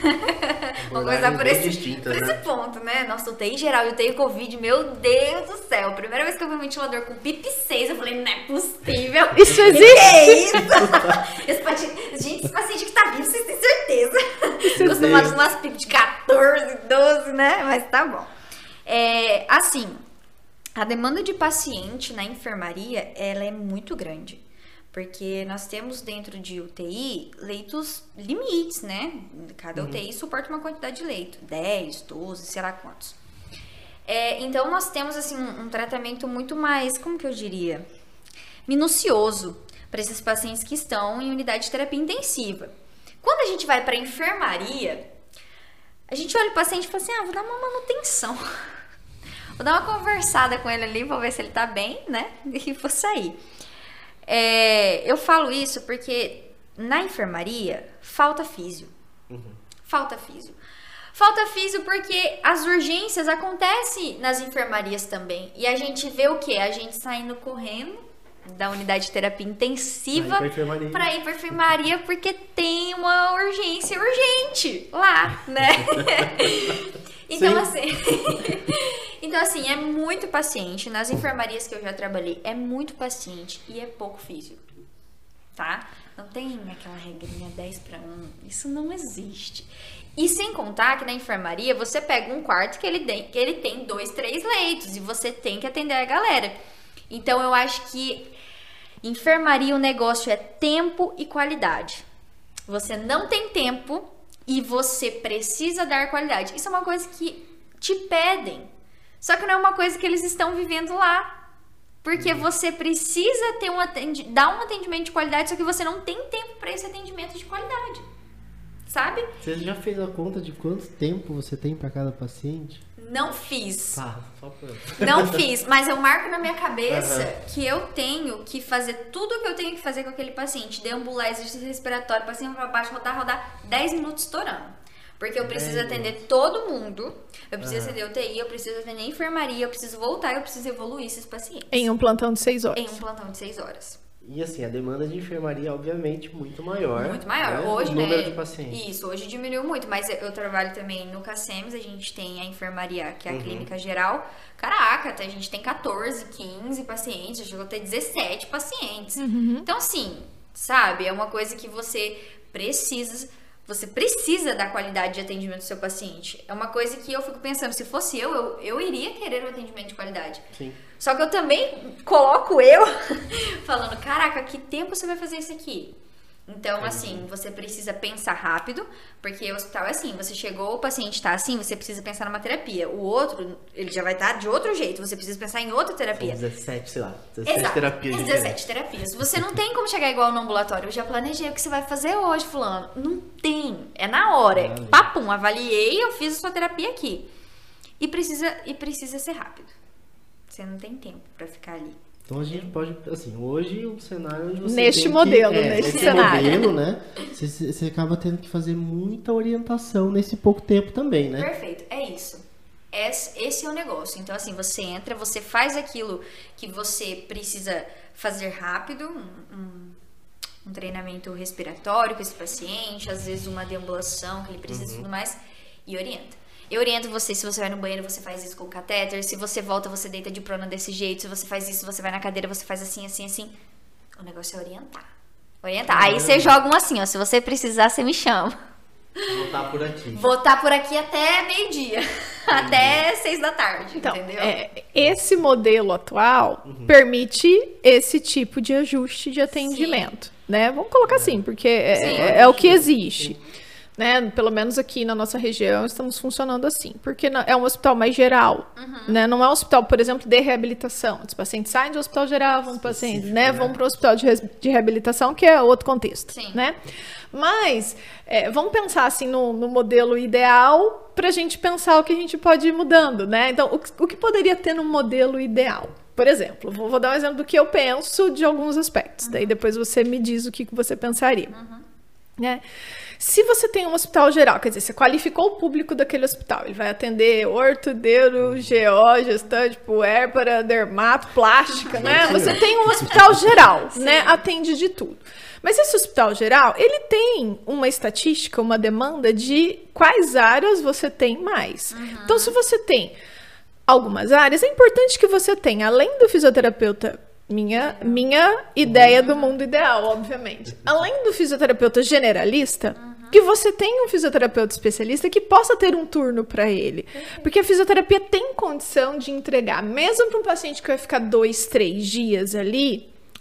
Vamos começar por, esse, distinta, por né? esse ponto, né? Nossa, U T I geral e U T I Covid, meu Deus do céu. Primeira vez que eu vi um ventilador com P I P seis, eu falei, não é possível. Isso existe? Que é isso? esse paciente, gente, esse paciente que tá vivo, vocês têm certeza. Acostumados com umas P I P de quatorze, doze, né? Mas tá bom. É, assim... A demanda de paciente na enfermaria, ela é muito grande, porque nós temos dentro de U T I leitos limites, né? Cada uhum. U T I suporta uma quantidade de leito, dez, doze, sei lá quantos. É, então, nós temos, assim, um, um tratamento muito mais, como que eu diria? Minucioso para esses pacientes que estão em unidade de terapia intensiva. Quando a gente vai para a enfermaria, a gente olha o paciente e fala assim, ah, vou dar uma manutenção. Vou dar uma conversada com ele ali, vou ver se ele tá bem, né? E vou sair. É, eu falo isso porque na enfermaria falta físio. Uhum. Falta físio. Falta físio porque as urgências acontecem nas enfermarias também. E a gente vê o quê? A gente saindo correndo da unidade de terapia intensiva para ir para enfermaria porque tem uma urgência urgente lá, né? Então, assim... Então, assim, é muito paciente. Nas enfermarias que eu já trabalhei, é muito paciente e é pouco físio, tá? Não tem aquela regrinha dez para um. Isso não existe. E sem contar que na enfermaria, você pega um quarto que ele tem, que ele tem dois, três leitos e você tem que atender a galera. Então, eu acho que enfermaria, o negócio é tempo e qualidade. Você não tem tempo e você precisa dar qualidade. Isso é uma coisa que te pedem. Só que não é uma coisa que eles estão vivendo lá. Porque você precisa ter um atendi- dar um atendimento de qualidade, só que você não tem tempo para esse atendimento de qualidade. Sabe? Você já fez a conta de quanto tempo você tem para cada paciente? Não fiz. Tá, só pra... Não fiz, mas eu marco na minha cabeça uhum. que eu tenho que fazer tudo o que eu tenho que fazer com aquele paciente. Deambular, exercício respiratório, pra cima, pra baixo, rodar, rodar, dez minutos estourando. Porque eu preciso é, atender todo mundo, eu preciso uhum. atender U T I, eu preciso atender enfermaria, eu preciso voltar, eu preciso evoluir esses pacientes. Em um plantão de seis horas. Em um plantão de seis horas. E assim, a demanda de enfermaria, obviamente, muito maior. Muito maior. Né? Hoje, o número né? de pacientes. Isso, hoje diminuiu muito, mas eu trabalho também no CACEMS, a gente tem a enfermaria, que é a uhum. clínica geral. Caraca, a gente tem catorze, quinze pacientes, já chegou a ter dezessete pacientes. Uhum. Então, assim, sabe, é uma coisa que você precisa... Você precisa da qualidade de atendimento do seu paciente. É uma coisa que eu fico pensando, se fosse eu, eu, eu iria querer um atendimento de qualidade. Sim. Só que eu também coloco eu falando, caraca, que tempo você vai fazer isso aqui? Então, assim, você precisa pensar rápido, porque o hospital é assim, você chegou, o paciente tá assim, você precisa pensar numa terapia. O outro, ele já vai estar de outro jeito, você precisa pensar em outra terapia. São dezessete, sei lá, dezessete Exato, terapias. dezessete terapias. Você não tem como chegar igual no ambulatório. Eu já planejei o que você vai fazer hoje, fulano. Não tem, é na hora. É, papum, avaliei, eu fiz a sua terapia aqui. E precisa, e precisa ser rápido. Você não tem tempo pra ficar ali. Então a gente pode, assim, hoje o cenário onde você neste tem modelo, que, é, neste nesse cenário. modelo, né? Você, você acaba tendo que fazer muita orientação nesse pouco tempo também, né? Perfeito, é isso. Esse é o negócio. Então, assim, você entra, você faz aquilo que você precisa fazer rápido, um, um, um treinamento respiratório com esse paciente, às vezes uma deambulação que ele precisa e uhum. tudo mais, e orienta. Eu oriento você, se você vai no banheiro, você faz isso com o catéter. Se você volta, você deita de prona desse jeito. Se você faz isso, você vai na cadeira, você faz assim, assim, assim. O negócio é orientar. Orientar. Aí você joga um assim, ó. Se você precisar, você me chama. Vou estar por aqui. Vou estar por aqui até meio-dia. Até seis da tarde, então, entendeu? É, esse modelo atual uhum. permite esse tipo de ajuste de atendimento. Né? Vamos colocar assim, porque é, é, é o que existe. Sim. Né? Pelo menos aqui na nossa região estamos funcionando assim, porque é um hospital mais geral, uhum. né? Não é um hospital, por exemplo, de reabilitação. Os pacientes saem do hospital geral, vão, pacientes, né? vão para o hospital de, de reabilitação, que é outro contexto. Sim. Né? Mas é, vamos pensar assim no, no modelo ideal para a gente pensar o que a gente pode ir mudando. Né? Então, o, o que poderia ter no modelo ideal? Por exemplo, vou, vou dar um exemplo do que eu penso de alguns aspectos, uhum. daí depois você me diz o que, que você pensaria. Uhum. Né? Se você tem um hospital geral, quer dizer, você qualificou o público daquele hospital, ele vai atender orto, deuro, G O, gestante, puérpera, dermato, plástica, né? Você tem um hospital geral, né? Atende de tudo. Mas esse hospital geral, ele tem uma estatística, uma demanda de quais áreas você tem mais. Uhum. Então, se você tem algumas áreas, é importante que você tenha, além do fisioterapeuta, Minha, minha ideia do mundo ideal, obviamente. Além do fisioterapeuta generalista, uhum. que você tenha um fisioterapeuta especialista que possa ter um turno para ele. Porque a fisioterapia tem condição de entregar, mesmo para um paciente que vai ficar dois, três dias ali,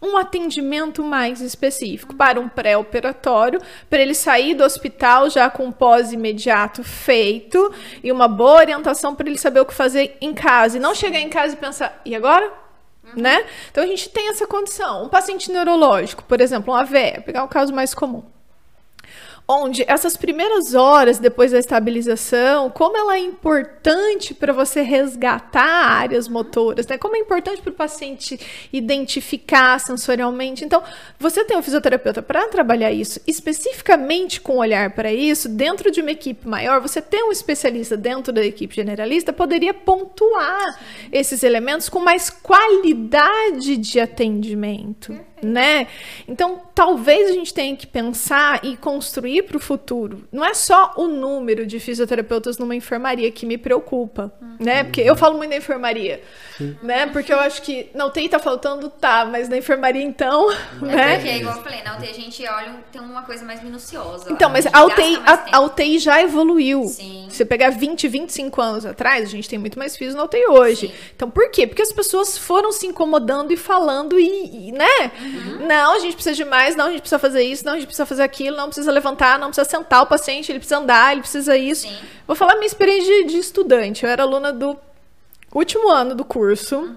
um atendimento mais específico para um pré-operatório, para ele sair do hospital já com um pós-imediato feito e uma boa orientação para ele saber o que fazer em casa e não chegar em casa e pensar, e agora? Uhum. Né? Então a gente tem essa condição. Um paciente neurológico, por exemplo, um A V E, pegar o caso mais comum, onde essas primeiras horas depois da estabilização, como ela é importante para você resgatar áreas motoras, né? Como é importante para o paciente identificar sensorialmente. Então, você tem um fisioterapeuta para trabalhar isso, especificamente com olhar para isso, dentro de uma equipe maior, você tem um especialista dentro da equipe generalista, poderia pontuar esses elementos com mais qualidade de atendimento, né? Então, talvez a gente tenha que pensar e construir para o futuro. Não é só o número de fisioterapeutas numa enfermaria que me preocupa, uhum. né? Porque eu falo muito da enfermaria, Sim. né? Porque eu acho que na U T I tá faltando, tá, mas na enfermaria então, é né? Porque, igual eu falei, na U T I a gente olha, tem uma coisa mais minuciosa. Então, mas a, a, U T I, a, a U T I já evoluiu. Sim. Se você pegar vinte, vinte e cinco anos atrás, a gente tem muito mais fisio na U T I hoje. Sim. Então, por quê? Porque as pessoas foram se incomodando e falando e, e né? Uhum. Não, a gente precisa de mais, não, a gente precisa fazer isso, não, a gente precisa fazer aquilo, não precisa levantar, não precisa sentar o paciente, ele precisa andar, ele precisa isso. Sim. Vou falar minha experiência de, de estudante. Eu era aluna do último ano do curso. Uhum.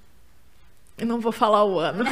Eu não vou falar o ano.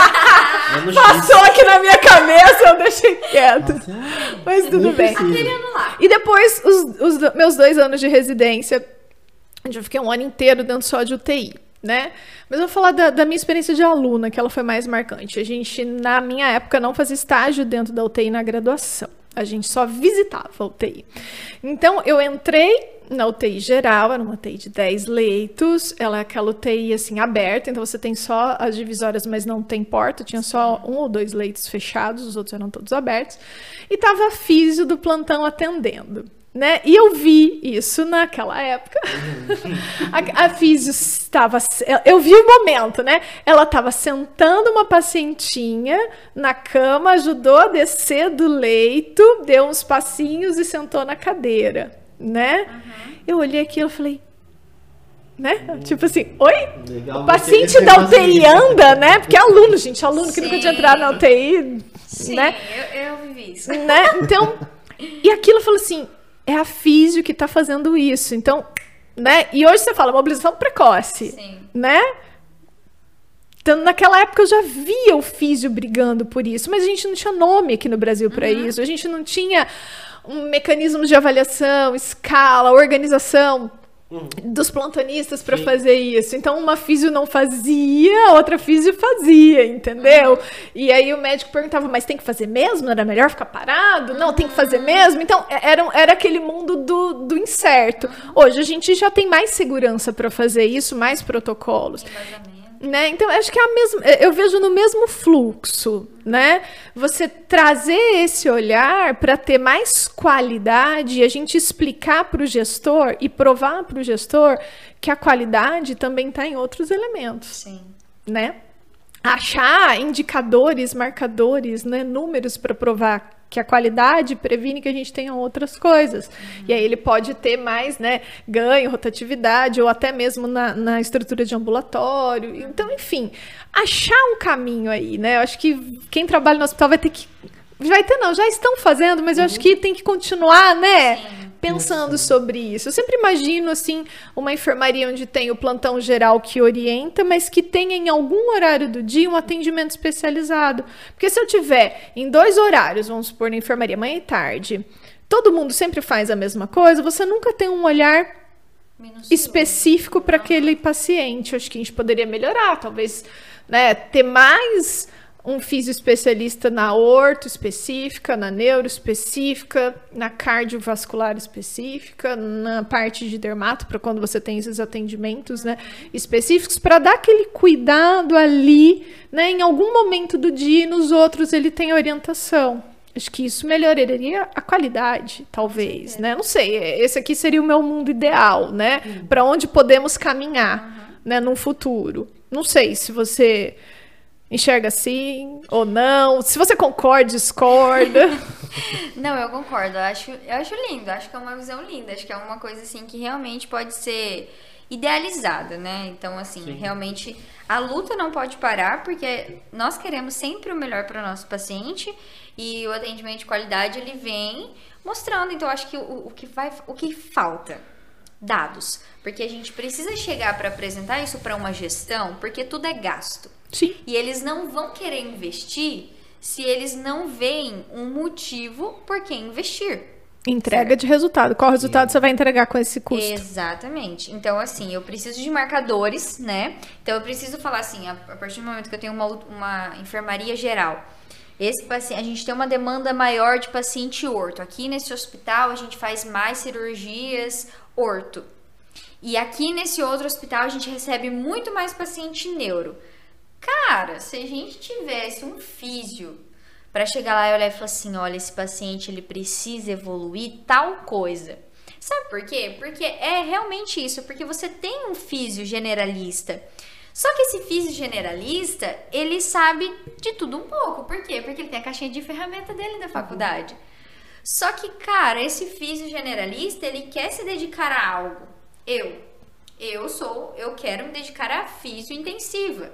Passou aqui na minha cabeça, eu deixei quieto. Nossa, mas tudo bem. Lá. E depois, os, os meus dois anos de residência, onde eu fiquei um ano inteiro dentro só de U T I. Né? Mas eu vou falar da, da minha experiência de aluna, que ela foi mais marcante. A gente, na minha época, não fazia estágio dentro da U T I na graduação. A gente só visitava a U T I. Então, eu entrei na U T I geral, era uma U T I de dez leitos, ela é aquela U T I, assim, aberta, então você tem só as divisórias, mas não tem porta, tinha só um ou dois leitos fechados, os outros eram todos abertos, e tava a físio do plantão atendendo. Né? E eu vi isso naquela época. a, a físio estava... Eu vi o momento, né? Ela estava sentando uma pacientinha na cama, ajudou a descer do leito, deu uns passinhos e sentou na cadeira, né? Uhum. Eu olhei aquilo e falei... Né? Uhum. Tipo assim, oi? Legal, o paciente da U T I anda, né? Porque é aluno, gente, aluno Sim. que nunca tinha entrado na U T I, Sim, né? eu, eu vivi isso. Né? Então, e aquilo falou assim... É a físio que tá fazendo isso. Então, né? E hoje você fala mobilização precoce, Sim. né? Então, naquela época eu já via o físio brigando por isso, mas a gente não tinha nome aqui no Brasil para uhum. isso. A gente não tinha um mecanismo de avaliação, escala, organização uhum. dos plantonistas para fazer isso. Então, uma físio não fazia, a outra físio fazia, entendeu? Uhum. E aí o médico perguntava, mas tem que fazer mesmo? Não era melhor ficar parado? Uhum. Não, tem que fazer mesmo? Então, era, era aquele mundo do, do incerto. Uhum. Hoje, a gente já tem mais segurança para fazer isso, mais protocolos. Né? Então, acho que é a mesma, eu vejo no mesmo fluxo, né? Você trazer esse olhar para ter mais qualidade e a gente explicar para o gestor e provar para o gestor que a qualidade também está em outros elementos. Sim. Né? Achar indicadores, marcadores, né? Números para provar que a qualidade previne que a gente tenha outras coisas. Uhum. E aí ele pode ter mais, né, ganho, rotatividade, ou até mesmo na, na estrutura de ambulatório. Então, enfim, achar um caminho aí, né? Eu acho que quem trabalha no hospital vai ter que... Vai ter não, já estão fazendo, mas eu acho que tem que continuar, né? Sim. Pensando sobre isso. Eu sempre imagino, assim, uma enfermaria onde tem o plantão geral que orienta, mas que tenha em algum horário do dia um atendimento especializado. Porque se eu tiver em dois horários, vamos supor, na enfermaria, manhã e tarde, todo mundo sempre faz a mesma coisa, você nunca tem um olhar Minucioso. específico para aquele paciente. Eu acho que a gente poderia melhorar, talvez, né, ter mais... um fisio especialista na orto específica, na neuro específica, na cardiovascular específica, na parte de dermato, para quando você tem esses atendimentos, né, específicos, para dar aquele cuidado ali, né, em algum momento do dia, e nos outros ele tem orientação. Acho que isso melhoraria a qualidade, talvez, né? Não sei, esse aqui seria o meu mundo ideal, né? Uhum. Para onde podemos caminhar, uhum. né, no futuro. Não sei se você... enxerga assim ou não? Se você concorda, discorda. Não, eu concordo. Eu acho, eu acho lindo. Acho que é uma visão linda. Acho que é uma coisa assim que realmente pode ser idealizada, né? Então, assim, Sim. realmente A luta não pode parar, porque nós queremos sempre o melhor para o nosso paciente e o atendimento de qualidade ele vem mostrando. Então, eu acho que o, o, que vai, o que falta? Dados. Porque a gente precisa chegar para apresentar isso para uma gestão, porque tudo é gasto. Sim. E eles não vão querer investir se eles não veem um motivo por que investir. Entrega certo? de resultado. Qual resultado você vai entregar com esse custo? Exatamente. Então, assim, eu preciso de marcadores, né? Então, eu preciso falar assim, a, a partir do momento que eu tenho uma, uma enfermaria geral, esse paciente, a gente tem uma demanda maior de paciente orto. Aqui nesse hospital, a gente faz mais cirurgias orto. E aqui nesse outro hospital, a gente recebe muito mais paciente neuro. Cara, se a gente tivesse um físio para chegar lá e olhar e falar assim, olha, esse paciente ele precisa evoluir tal coisa. Sabe por quê? Porque é realmente isso, porque você tem um físio generalista. Só que esse físio generalista, ele sabe de tudo um pouco. Por quê? Porque ele tem a caixinha de ferramenta dele da faculdade. Só que, cara, esse físio generalista, ele quer se dedicar a algo. Eu, eu sou, eu quero me dedicar à físio intensiva.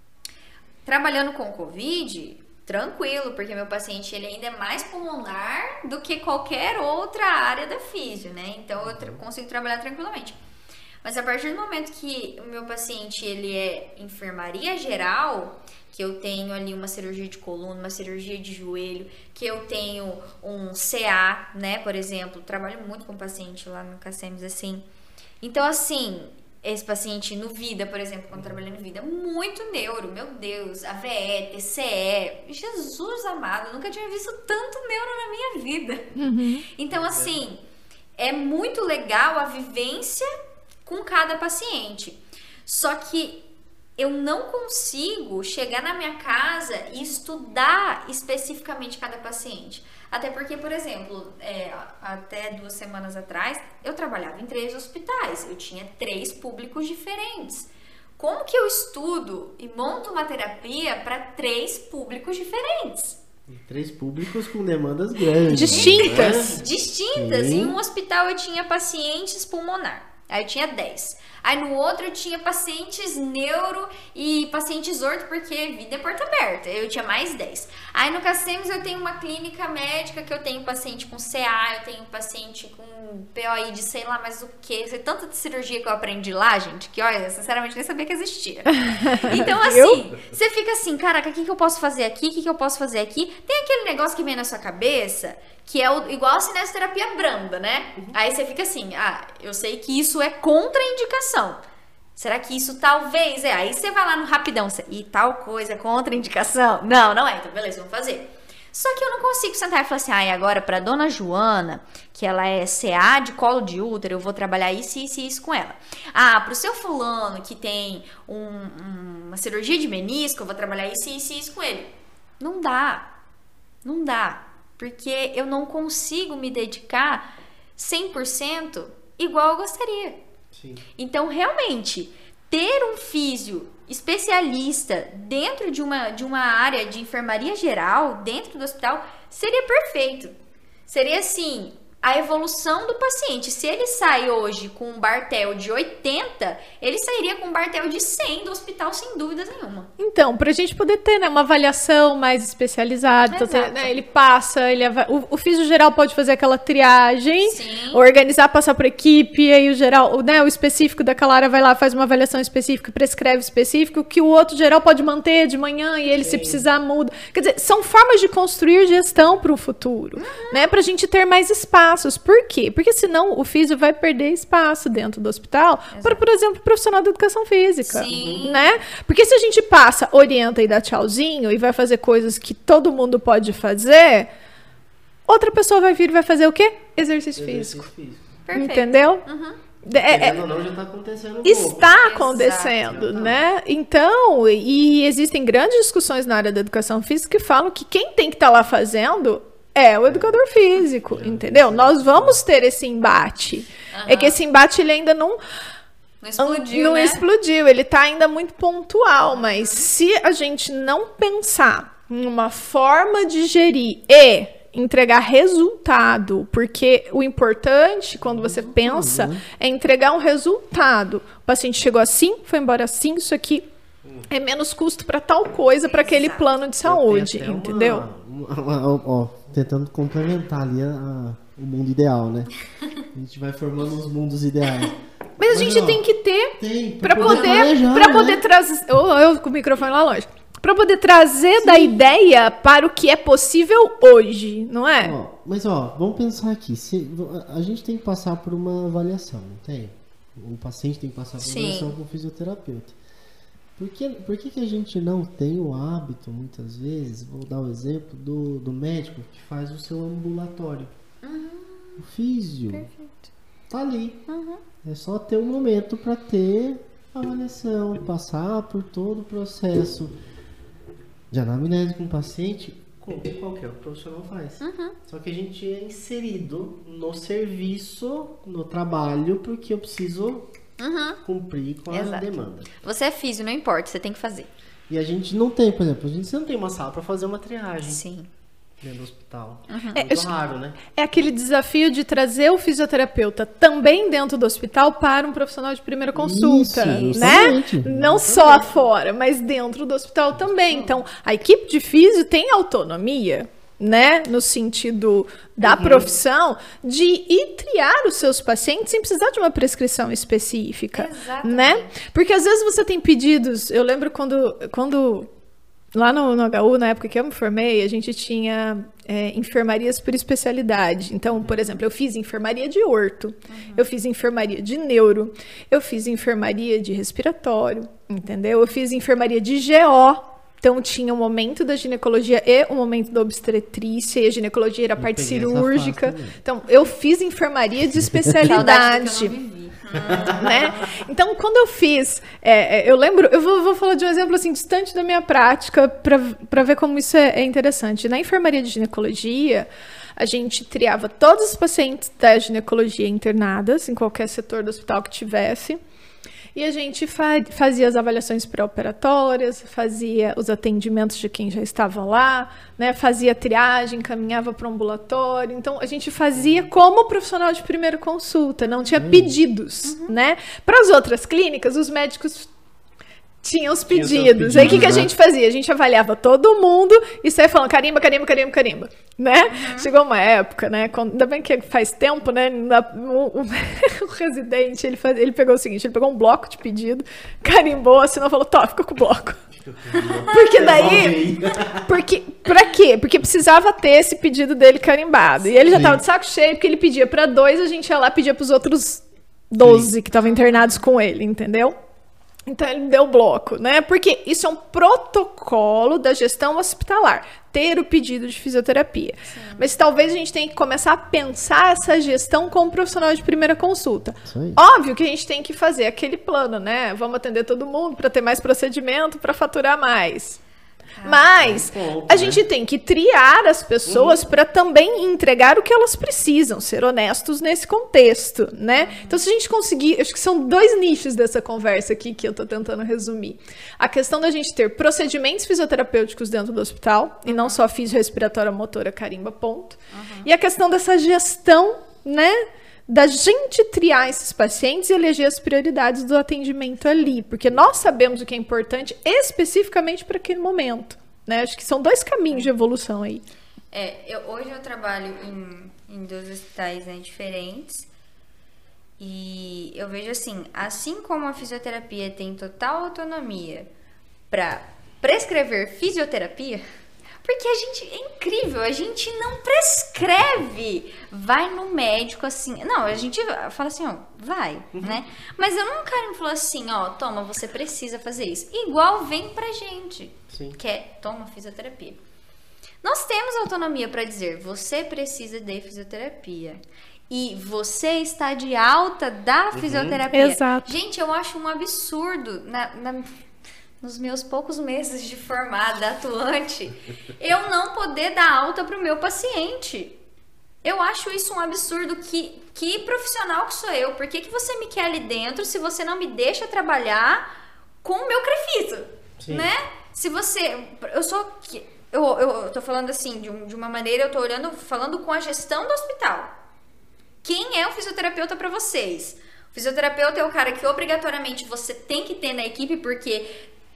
Trabalhando com Covid, tranquilo, porque meu paciente ele ainda é mais pulmonar do que qualquer outra área da físio, né? Então eu tra- consigo trabalhar tranquilamente. Mas a partir do momento que o meu paciente ele é enfermaria geral, que eu tenho ali uma cirurgia de coluna, uma cirurgia de joelho, que eu tenho um C A, né, por exemplo, trabalho muito com paciente lá no Cacemes, assim. Então, assim, esse paciente no Vida, por exemplo, quando trabalhei no Vida, muito neuro, meu Deus, A V E, T C E, Jesus amado, eu nunca tinha visto tanto neuro na minha vida. Uhum. Então, assim, é muito legal a vivência com cada paciente. Só que eu não consigo chegar na minha casa e estudar especificamente cada paciente. Até porque, por exemplo, é, até duas semanas atrás, eu trabalhava em três hospitais. Eu tinha três públicos diferentes. Como que eu estudo e monto uma terapia para três públicos diferentes? Três públicos com demandas grandes. Distintas. Né? Distintas. Sim. Em um hospital eu tinha pacientes pulmonar. Aí eu tinha dez. Aí no outro eu tinha pacientes neuro e pacientes orto, porque vida é porta aberta. Eu tinha mais dez. Aí no Cacemes eu tenho uma clínica médica que eu tenho paciente com C A, eu tenho paciente com P O I de sei lá mais o que. Tanta cirurgia que eu aprendi lá, gente, que olha, sinceramente nem sabia que existia. Então assim, você fica assim, caraca, o que, que eu posso fazer aqui? O que, que eu posso fazer aqui? Tem aquele negócio que vem na sua cabeça, que é o, igual a cinesioterapia branda, né? Uhum. Aí você fica assim, ah, eu sei que isso é contraindicação. Será que isso talvez é? Aí você vai lá no rapidão, você, e tal coisa é contraindicação? Não, não é. Então, beleza, vamos fazer. Só que eu não consigo sentar e falar assim, ah, e agora pra dona Joana, que ela é C A de colo de útero, eu vou trabalhar isso, isso e isso com ela. Ah, pro seu fulano, que tem um, um, uma cirurgia de menisco, eu vou trabalhar isso, isso e isso com ele. Não dá. Não dá. Porque eu não consigo me dedicar cem por cento igual eu gostaria. Sim. Então, realmente, ter um físio especialista dentro de uma, de uma área de enfermaria geral, dentro do hospital, seria perfeito. Seria assim, a evolução do paciente. Se ele sai hoje com um Bartel de oitenta, ele sairia com um Bartel de cem do hospital, sem dúvidas nenhuma. Então, pra gente poder ter, né, uma avaliação mais especializada, então, ter, né, ele passa, ele ava... o, o físio geral pode fazer aquela triagem, Sim. organizar, passar pra equipe, aí o geral, o, né, o específico daquela área vai lá, faz uma avaliação específica, prescreve específico, que o outro geral pode manter de manhã e ele, Sim. se precisar, muda. Quer dizer, são formas de construir gestão para o futuro, uhum. né, pra gente ter mais espaço. Por quê? Porque senão o físio vai perder espaço dentro do hospital para, por exemplo, profissional da educação física. Sim. Né? Porque se a gente passa, orienta e dá tchauzinho e vai fazer coisas que todo mundo pode fazer, outra pessoa vai vir e vai fazer o quê? Exercício, Exercício físico. físico. Perfeito. Entendeu? Uhum. É, não, não, já tá acontecendo um está pouco. acontecendo, Exato. né? Então, e existem grandes discussões na área da educação física que falam que quem tem que estar lá fazendo é o educador físico, é, entendeu? Nós vamos ter esse embate. Uhum. É que esse embate ele ainda não... Não explodiu, não né? explodiu, ele tá ainda muito pontual, mas se a gente não pensar em uma forma de gerir e entregar resultado, porque o importante, quando você pensa, é entregar um resultado. O paciente chegou assim, foi embora assim, isso aqui é menos custo para tal coisa, para aquele Exato. plano de saúde, Tem até entendeu? Uma, uma, uma, ó, tentando complementar ali a, a, o mundo ideal, né? A gente vai formando os mundos ideais. Mas a gente ó, tem que ter tem, para poder, planejar, para né? poder trazer, ou eu com o microfone lá longe, para poder trazer Sim. da ideia para o que é possível hoje, não é? Ó, mas ó, vamos pensar aqui, se, a gente tem que passar por uma avaliação, não tem? O paciente tem que passar por uma Sim. avaliação com o fisioterapeuta. Por que, por que, que a gente não tem o hábito, muitas vezes, vou dar o exemplo do, do médico que faz o seu ambulatório. Uhum. O físio Perfeito. tá ali. Uhum. É só ter um momento para ter avaliação, passar por todo o processo de anamnese com o paciente, como qualquer profissional faz. Uhum. Só que a gente é inserido no serviço, no trabalho, porque eu preciso Uhum. cumprir com a Exato. demanda. Você é físio, não importa, você tem que fazer. E a gente não tem, por exemplo, a gente não tem uma sala para fazer uma triagem Sim. dentro do hospital. Uhum. É muito É, raro, né? É aquele desafio de trazer o fisioterapeuta também dentro do hospital para um profissional de primeira consulta, Isso, né? justamente. Não só fora, mas dentro do hospital também. Então, a equipe de físio tem autonomia, né? No sentido da Uhum. profissão, de ir triar os seus pacientes sem precisar de uma prescrição específica, Exatamente. né? Porque às vezes você tem pedidos, eu lembro quando... quando lá no, no H U, na época que eu me formei, a gente tinha é, enfermarias por especialidade. Então, por exemplo, eu fiz enfermaria de orto, uhum. eu fiz enfermaria de neuro, eu fiz enfermaria de respiratório, entendeu? Eu fiz enfermaria de G O. Então, tinha o momento da ginecologia e o momento da obstetrícia, e a ginecologia era a parte cirúrgica. Então, eu fiz enfermaria de especialidade. Saudade do que eu não vivi. Né? Então, quando eu fiz, é, eu lembro, eu vou, vou falar de um exemplo assim, distante da minha prática, para ver como isso é, é interessante. Na enfermaria de ginecologia, a gente triava todos os pacientes da ginecologia internadas, em qualquer setor do hospital que tivesse, e a gente fa- fazia as avaliações pré-operatórias, fazia os atendimentos de quem já estava lá, né? Fazia triagem, caminhava para o ambulatório. Então, a gente fazia como profissional de primeira consulta, não tinha pedidos, uhum. né? Para as outras clínicas, os médicos tinham os pedidos. Tinha pedidos. Aí, o que, que a gente fazia? A gente avaliava todo mundo e saia falando carimba, carimba, carimba, carimba, né? Uhum. Chegou uma época, né? Quando, ainda bem que faz tempo, né? O, o, o residente, ele, faz, ele pegou o seguinte, ele pegou um bloco de pedido, carimbou, assinou, falou, tó, fica com o bloco. Porque daí... Porque, pra quê? Porque precisava ter esse pedido dele carimbado. E ele já Sim. tava de saco cheio, porque ele pedia pra dois, a gente ia lá e pedia pros outros doze Sim. que estavam internados com ele, entendeu? Então, ele me deu o bloco, né? Porque isso é um protocolo da gestão hospitalar, ter o pedido de fisioterapia. Sim. Mas talvez a gente tenha que começar a pensar essa gestão como profissional de primeira consulta. Óbvio que a gente tem que fazer aquele plano, né? Vamos atender todo mundo para ter mais procedimento, para faturar mais. Mas a gente tem que triar as pessoas uhum. para também entregar o que elas precisam, ser honestos nesse contexto, né? Então, se a gente conseguir... Acho que são dois nichos dessa conversa aqui que eu tô tentando resumir. A questão da gente ter procedimentos fisioterapêuticos dentro do hospital, uhum. e não só fisiorrespiratória motora, carimba, ponto. Uhum. E a questão dessa gestão, né? Da gente triar esses pacientes e eleger as prioridades do atendimento ali, porque nós sabemos o que é importante especificamente para aquele momento, né? Acho que são dois caminhos de evolução aí. É, eu, hoje eu trabalho em, em dois hospitais, né, diferentes, e eu vejo assim, assim como a fisioterapia tem total autonomia para prescrever fisioterapia, porque a gente, é incrível, a gente não prescreve, vai no médico assim, não, a gente fala assim, ó, vai, uhum. né? Mas eu nunca me falou assim, ó, toma, você precisa fazer isso. Igual vem pra gente, Sim. que é, toma fisioterapia. Nós temos autonomia para dizer, você precisa de fisioterapia. E você está de alta da uhum. fisioterapia. Exato. Gente, eu acho um absurdo, na... na nos meus poucos meses de formada, atuante, eu não poder dar alta para o meu paciente. Eu acho isso um absurdo. Que, que profissional que sou eu? Por que, que você me quer ali dentro se você não me deixa trabalhar com o meu crefito? Né? Se você... Eu sou... Eu, eu, eu tô falando assim, de, um, de uma maneira, eu tô olhando, falando com a gestão do hospital. Quem é o fisioterapeuta para vocês? O fisioterapeuta é o cara que obrigatoriamente você tem que ter na equipe, porque...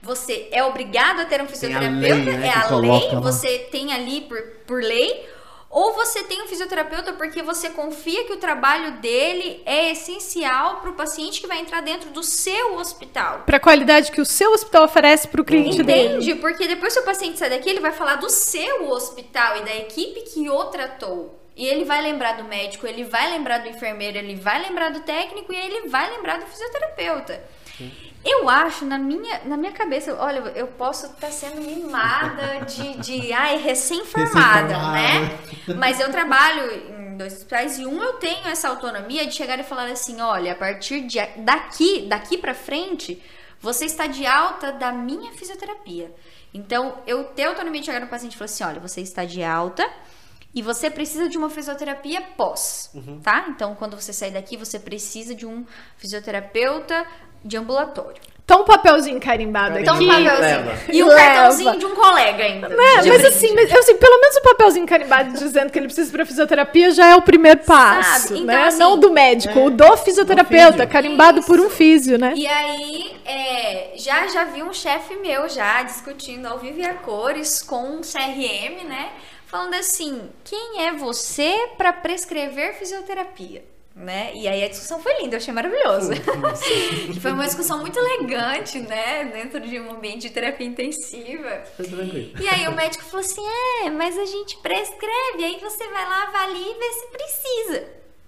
você é obrigado a ter um fisioterapeuta, lei, né, é que a lei, coloca lá. você tem ali por, por lei, ou você tem um fisioterapeuta porque você confia que o trabalho dele é essencial para o paciente que vai entrar dentro do seu hospital. Para a qualidade que o seu hospital oferece para o cliente dele. Entende? Porque depois que o paciente sai daqui, ele vai falar do seu hospital e da equipe que o tratou. E ele vai lembrar do médico, ele vai lembrar do enfermeiro, ele vai lembrar do técnico e ele vai lembrar do fisioterapeuta. Sim. Eu acho, na minha, na minha cabeça, olha, eu posso estar sendo mimada de, de ai, recém-formada, né? Mas eu trabalho em dois hospitais e um eu tenho essa autonomia de chegar e falar assim, olha, a partir de daqui, daqui pra frente, você está de alta da minha fisioterapia. Então, eu tenho autonomia de chegar no paciente e falar assim, olha, você está de alta e você precisa de uma fisioterapia pós, uhum. tá? Então, quando você sair daqui, você precisa de um fisioterapeuta de ambulatório. Então um papelzinho carimbado então, aqui. Um papelzinho. E um leva. cartãozinho de um colega ainda. Né? Mas assim, mas, assim, pelo menos o papelzinho carimbado dizendo que ele precisa para fisioterapia já é o primeiro passo, então, né? Assim, não do médico, é, o do fisioterapeuta, carimbado isso. por um físio, né? E aí, é, já, já vi um chefe meu já discutindo ao vivo e a cores com um C R M, né? Falando assim, quem é você para prescrever fisioterapia? Né? E aí a discussão foi linda, eu achei maravilhoso. Foi uma discussão muito elegante, né? Dentro de um ambiente de terapia intensiva. E aí o médico falou assim, é, mas a gente prescreve, aí você vai lá, avalia e vê se precisa.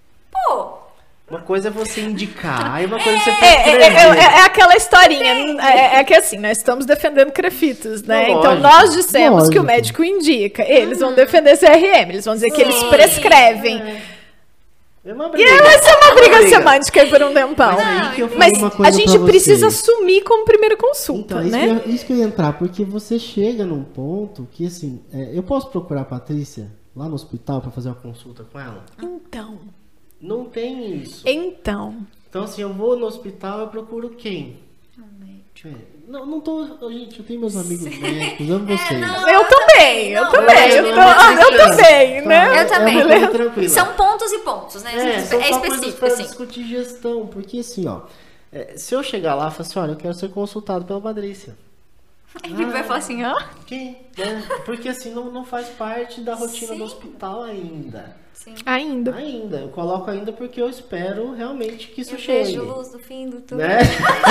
Pô! Uma coisa é você indicar, aí uma coisa é você prescrever. É, é, é, é aquela historinha, é, é que assim, nós estamos defendendo crefitos, né? Lógico, então nós dissemos lógico. que o médico indica, eles uhum. vão defender C R M, eles vão dizer Sim. que eles prescrevem. É. É uma briga. E aí vai ser uma briga, briga semântica aí por um tempão. Mas, Mas a gente precisa assumir como primeira consulta, então, né? Isso que, eu, isso que eu ia entrar, porque você chega num ponto que, assim, é, eu posso procurar a Patrícia lá no hospital para fazer uma consulta com ela? Então. Não tem isso. Então. Então, assim, eu vou no hospital, eu procuro quem? Não, não tô... Gente, eu tenho meus amigos médicos, amo vocês. É, não, eu também, eu também. Eu, tô, eu também, né? Eu também. É são pontos e pontos, né? É, são é específico, para assim. discutir gestão, porque assim, ó... É, se eu chegar lá e falar assim, olha, eu quero ser consultado pela Patrícia. A equipe ah, vai falar assim, ó... Quem? É, porque assim, não, não faz parte da rotina Sim. do hospital ainda. Sim. Ainda. Ainda. Eu coloco ainda porque eu espero realmente que isso eu chegue. Eu vejo luz do fim do túnel. Né?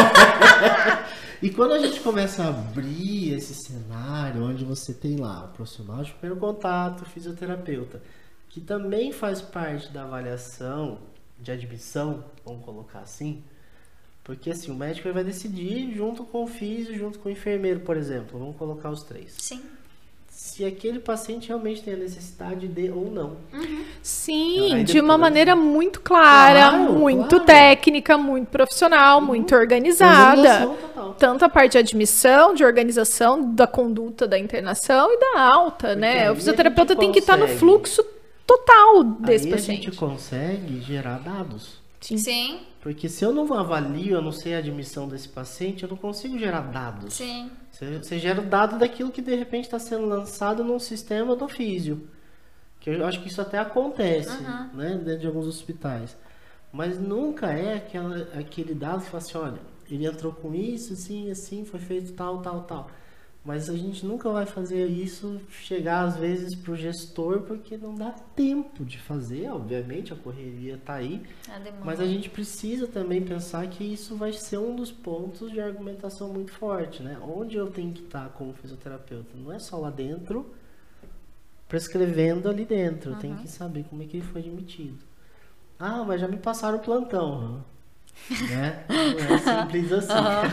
E quando a gente começa a abrir esse cenário, onde você tem lá o profissional de primeiro contato, o fisioterapeuta, que também faz parte da avaliação de admissão, vamos colocar assim, porque assim, o médico vai decidir junto com o fisio, junto com o enfermeiro, por exemplo, vamos colocar os três. Sim. Se aquele paciente realmente tem a necessidade de ou não. Uhum. Sim, de uma maneira muito clara, claro, muito claro. técnica, muito profissional, uhum. muito organizada. Tanto a parte de admissão, de organização, da conduta da internação e da alta, Porque né? O fisioterapeuta tem que estar no fluxo total desse aí paciente. A gente consegue gerar dados. Sim. Sim. Porque se eu não avalio, eu não sei a admissão desse paciente, eu não consigo gerar dados. Sim. Você, você gera o dado daquilo que de repente está sendo lançado num sistema do físio. Que eu acho que isso até acontece, uhum. né, dentro de alguns hospitais. Mas nunca é aquela, aquele dado que fala assim, olha, ele entrou com isso, assim, assim, foi feito tal, tal, tal. Mas a gente nunca vai fazer isso chegar às vezes pro gestor, porque não dá tempo de fazer, obviamente, a correria tá aí. A mas a gente precisa também pensar que isso vai ser um dos pontos de argumentação muito forte, né? Onde eu tenho que estar como fisioterapeuta? Não é só lá dentro, prescrevendo ali dentro. Eu uhum. tenho que saber como é que ele foi admitido. Ah, mas já me passaram o plantão. Né? Não é simples assim.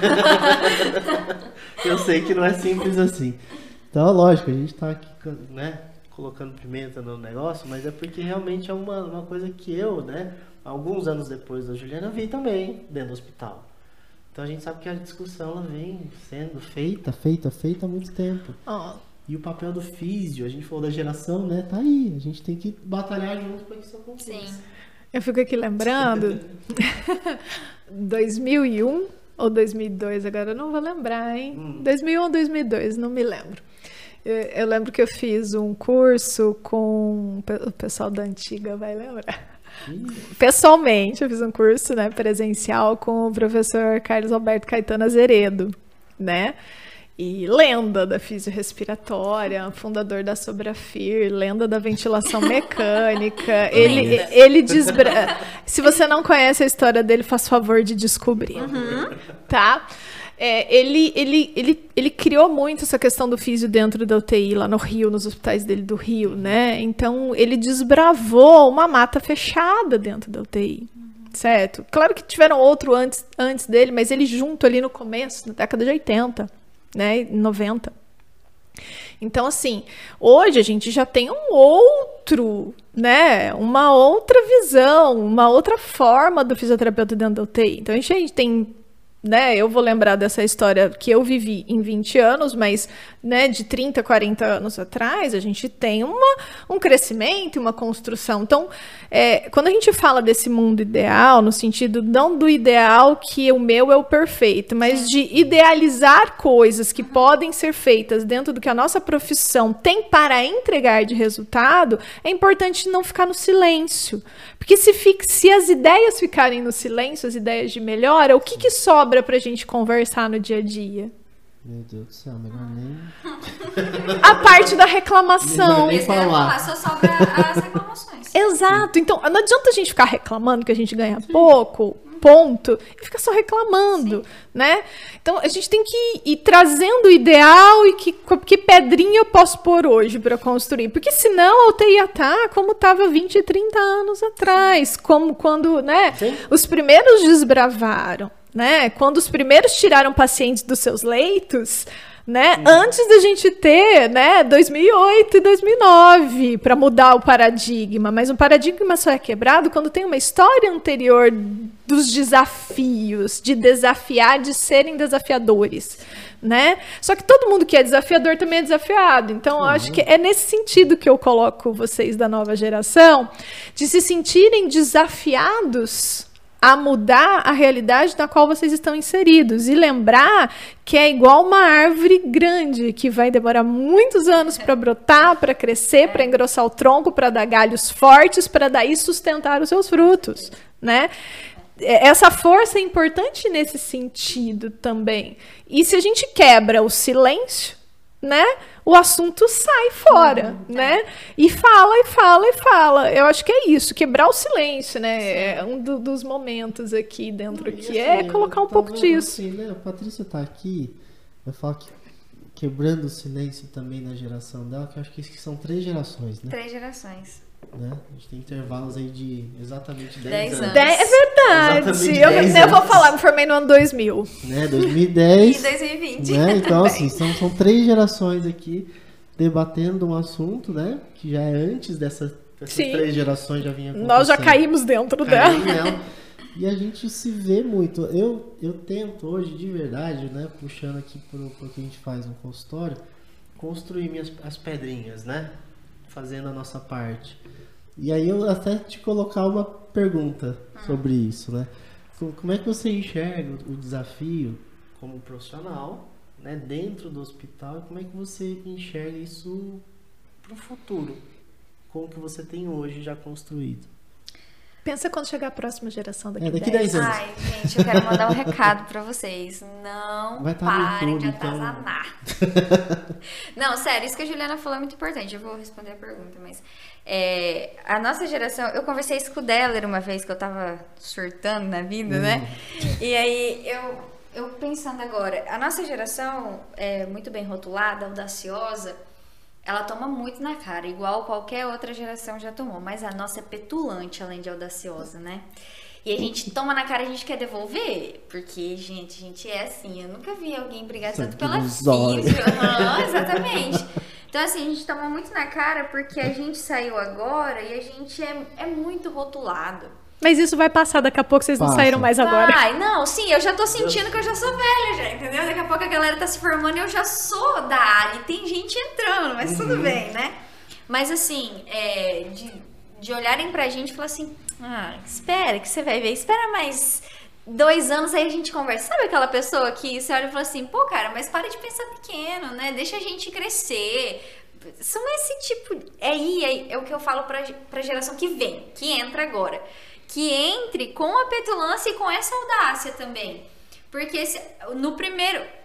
Uhum. Eu sei que não é simples assim. Então, lógico, a gente tá aqui, né, colocando pimenta no negócio, mas é porque realmente é uma, uma coisa que eu, né, alguns anos depois da Juliana, vi também dentro do hospital. Então a gente sabe que a discussão ela vem sendo feita, feita, feita há muito tempo. Oh. E o papel do físio, a gente falou da geração, né, tá aí. A gente tem que batalhar junto para que isso aconteça. Sim. Eu fico aqui lembrando, dois mil e um ou dois mil e dois, agora eu não vou lembrar, hein? Hum. dois mil e um ou dois mil e dois, não me lembro. Eu, eu lembro que eu fiz um curso com o pessoal da antiga, vai lembrar. Hum. Pessoalmente, eu fiz um curso, né, presencial com o professor Carlos Alberto Caetano Azeredo, né? E lenda da fisiorrespiratória, fundador da Sobrafir, lenda da ventilação mecânica. ele, ele desbra... Se você não conhece a história dele, faz favor de descobrir, uhum. tá? É, ele, ele, ele, ele criou muito essa questão do físio dentro da U T I, lá no Rio, nos hospitais dele do Rio, né? Então, ele desbravou uma mata fechada dentro da U T I, certo? Claro que tiveram outro antes, antes dele, mas ele junto ali no começo, na década de oitenta, né, noventa. Então, assim, hoje a gente já tem um outro, né, uma outra visão, uma outra forma do fisioterapeuta dentro da U T I. Então, a gente tem, né, eu vou lembrar dessa história que eu vivi em vinte anos, mas, né, de trinta, quarenta anos atrás, a gente tem uma, um crescimento, uma construção. Então, é, quando a gente fala desse mundo ideal, no sentido não do ideal que o meu é o perfeito, mas de idealizar coisas que podem ser feitas dentro do que a nossa profissão tem para entregar de resultado, é importante não ficar no silêncio. Porque se, fica, se as ideias ficarem no silêncio, as ideias de melhora, o que, que sobra pra gente conversar no dia a dia? Meu Deus do céu, melhor nem... A parte da reclamação. Nem falar. Só sobra as reclamações. Exato. Então, não adianta a gente ficar reclamando que a gente ganha pouco, ponto, e ficar só reclamando, Sim. né? Então, a gente tem que ir, ir trazendo o ideal e que, que pedrinha eu posso pôr hoje para construir. Porque senão a U T I ia estar como estava vinte, trinta anos atrás, como quando, né, Sim. os primeiros desbravaram. Né? Quando os primeiros tiraram pacientes dos seus leitos, né? Uhum. Antes da gente ter, né, dois mil e oito e dois mil e nove para mudar o paradigma, mas um paradigma só é quebrado quando tem uma história anterior dos desafios, de desafiar, de serem desafiadores, né? Só que todo mundo que é desafiador também é desafiado. Então, eu acho que é nesse sentido que eu coloco vocês da nova geração, de se sentirem desafiados a mudar a realidade na qual vocês estão inseridos. E lembrar que é igual uma árvore grande, que vai demorar muitos anos para brotar, para crescer, para engrossar o tronco, para dar galhos fortes, para daí sustentar os seus frutos, né? Essa força é importante nesse sentido também. E se a gente quebra o silêncio, né, o assunto sai fora, uhum, né? É. E fala, e fala, e fala. Eu acho que é isso, quebrar o silêncio, né? Sim. É um do, dos momentos aqui dentro Não, aqui, assim, é colocar um pouco disso. Assim, né? A Patrícia tá aqui, eu falo que quebrando o silêncio também na geração dela, que eu acho que são três gerações, né? Três gerações. Né? A gente tem intervalos aí de exatamente dez anos. dez, é verdade. Eu, eu anos. vou falar, me formei no ano dois mil. Né? dois mil e dez. E dois mil e vinte. Né? Então, assim, são, são três gerações aqui debatendo um assunto, né? Que já é antes dessa, dessas Sim. três gerações já vinha acontecendo. Nós já caímos dentro Caímos dela. Nela. E a gente se vê muito. Eu, eu tento hoje, de verdade, né? Puxando aqui pro, pro que a gente faz no consultório, construir minhas, as pedrinhas, né? Fazendo a nossa parte. E aí eu até te colocar uma pergunta sobre isso, né? Como é que você enxerga o desafio como profissional, né, dentro do hospital, e como é que você enxerga isso para o futuro, com o que você tem hoje já construído? Pensa quando chegar a próxima geração daqui, é, daqui dez anos. Ai, gente, eu quero mandar um recado pra vocês. Não Vai tá parem YouTube, de atazanar. Então. Não, sério, isso que a Juliana falou é muito importante. Eu vou responder a pergunta, mas... É, a nossa geração... Eu conversei isso com o Deller uma vez que eu tava surtando na vida, hum. né? E aí, eu, eu pensando agora... A nossa geração é muito bem rotulada, audaciosa... Ela toma muito na cara, igual qualquer outra geração já tomou. Mas a nossa é petulante, além de audaciosa, né? E a gente toma na cara e a gente quer devolver. Porque, gente, a gente é assim. Eu nunca vi alguém brigar tanto pela físio. Uhum, exatamente. Então, assim, a gente toma muito na cara porque a gente saiu agora e a gente é, é muito rotulado. Mas isso vai passar, daqui a pouco vocês não Passa. saíram mais agora. Ai, não, sim, eu já tô sentindo que eu já sou velha já, entendeu? Daqui a pouco a galera tá se formando e eu já sou da área. E tem gente entrando, mas uhum. tudo bem, né? Mas assim, é, de, de olharem pra gente e falar assim, ah, espera que você vai ver, espera mais dois anos aí a gente conversa. Sabe aquela pessoa que você olha e fala assim, pô, cara, mas para de pensar pequeno, né? Deixa a gente crescer. São esse tipo... É aí, é, é o que eu falo pra, pra geração que vem, que entra agora. Que entre com a petulância e com essa audácia também. Porque se, no primeiro...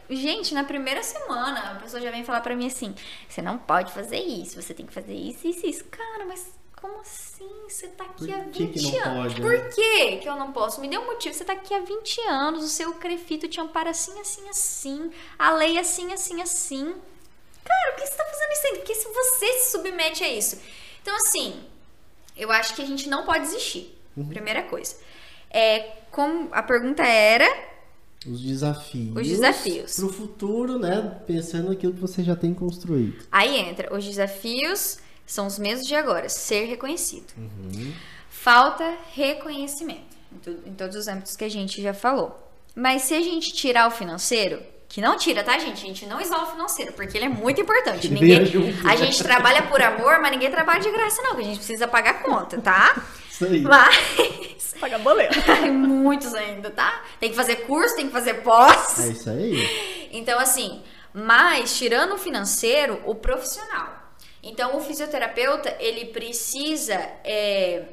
gente, na primeira semana, a pessoa já vem falar pra mim assim, você não pode fazer isso, você tem que fazer isso, isso, isso. Cara, mas como assim? Você tá aqui há vinte anos. Por que que eu não posso? Me dê um motivo. Você tá aqui há vinte anos, o seu crefito te ampara assim, assim, assim, a lei assim, assim, assim. Cara, por que você tá fazendo isso aí? Porque se você se submete a isso. Então, assim, eu acho que a gente não pode desistir. Uhum. Primeira coisa. É, como a pergunta era... Os desafios. Os desafios. Pro futuro, né? Pensando naquilo que você já tem construído. Aí entra, os desafios são os mesmos de agora. Ser reconhecido. Uhum. Falta reconhecimento. Em, tu, em todos os âmbitos que a gente já falou. Mas se a gente tirar o financeiro... Que não tira, tá, gente? A gente não isola o financeiro, porque ele é muito importante. Ninguém, a gente trabalha por amor, mas ninguém trabalha de graça, não. Porque a gente precisa pagar a conta, tá? Isso aí. Mas... Pagar boleto. Muitos ainda, tá? Tem que fazer curso, tem que fazer pós. É isso aí. Então, assim, mas tirando o financeiro, o profissional. Então, o fisioterapeuta, ele precisa é,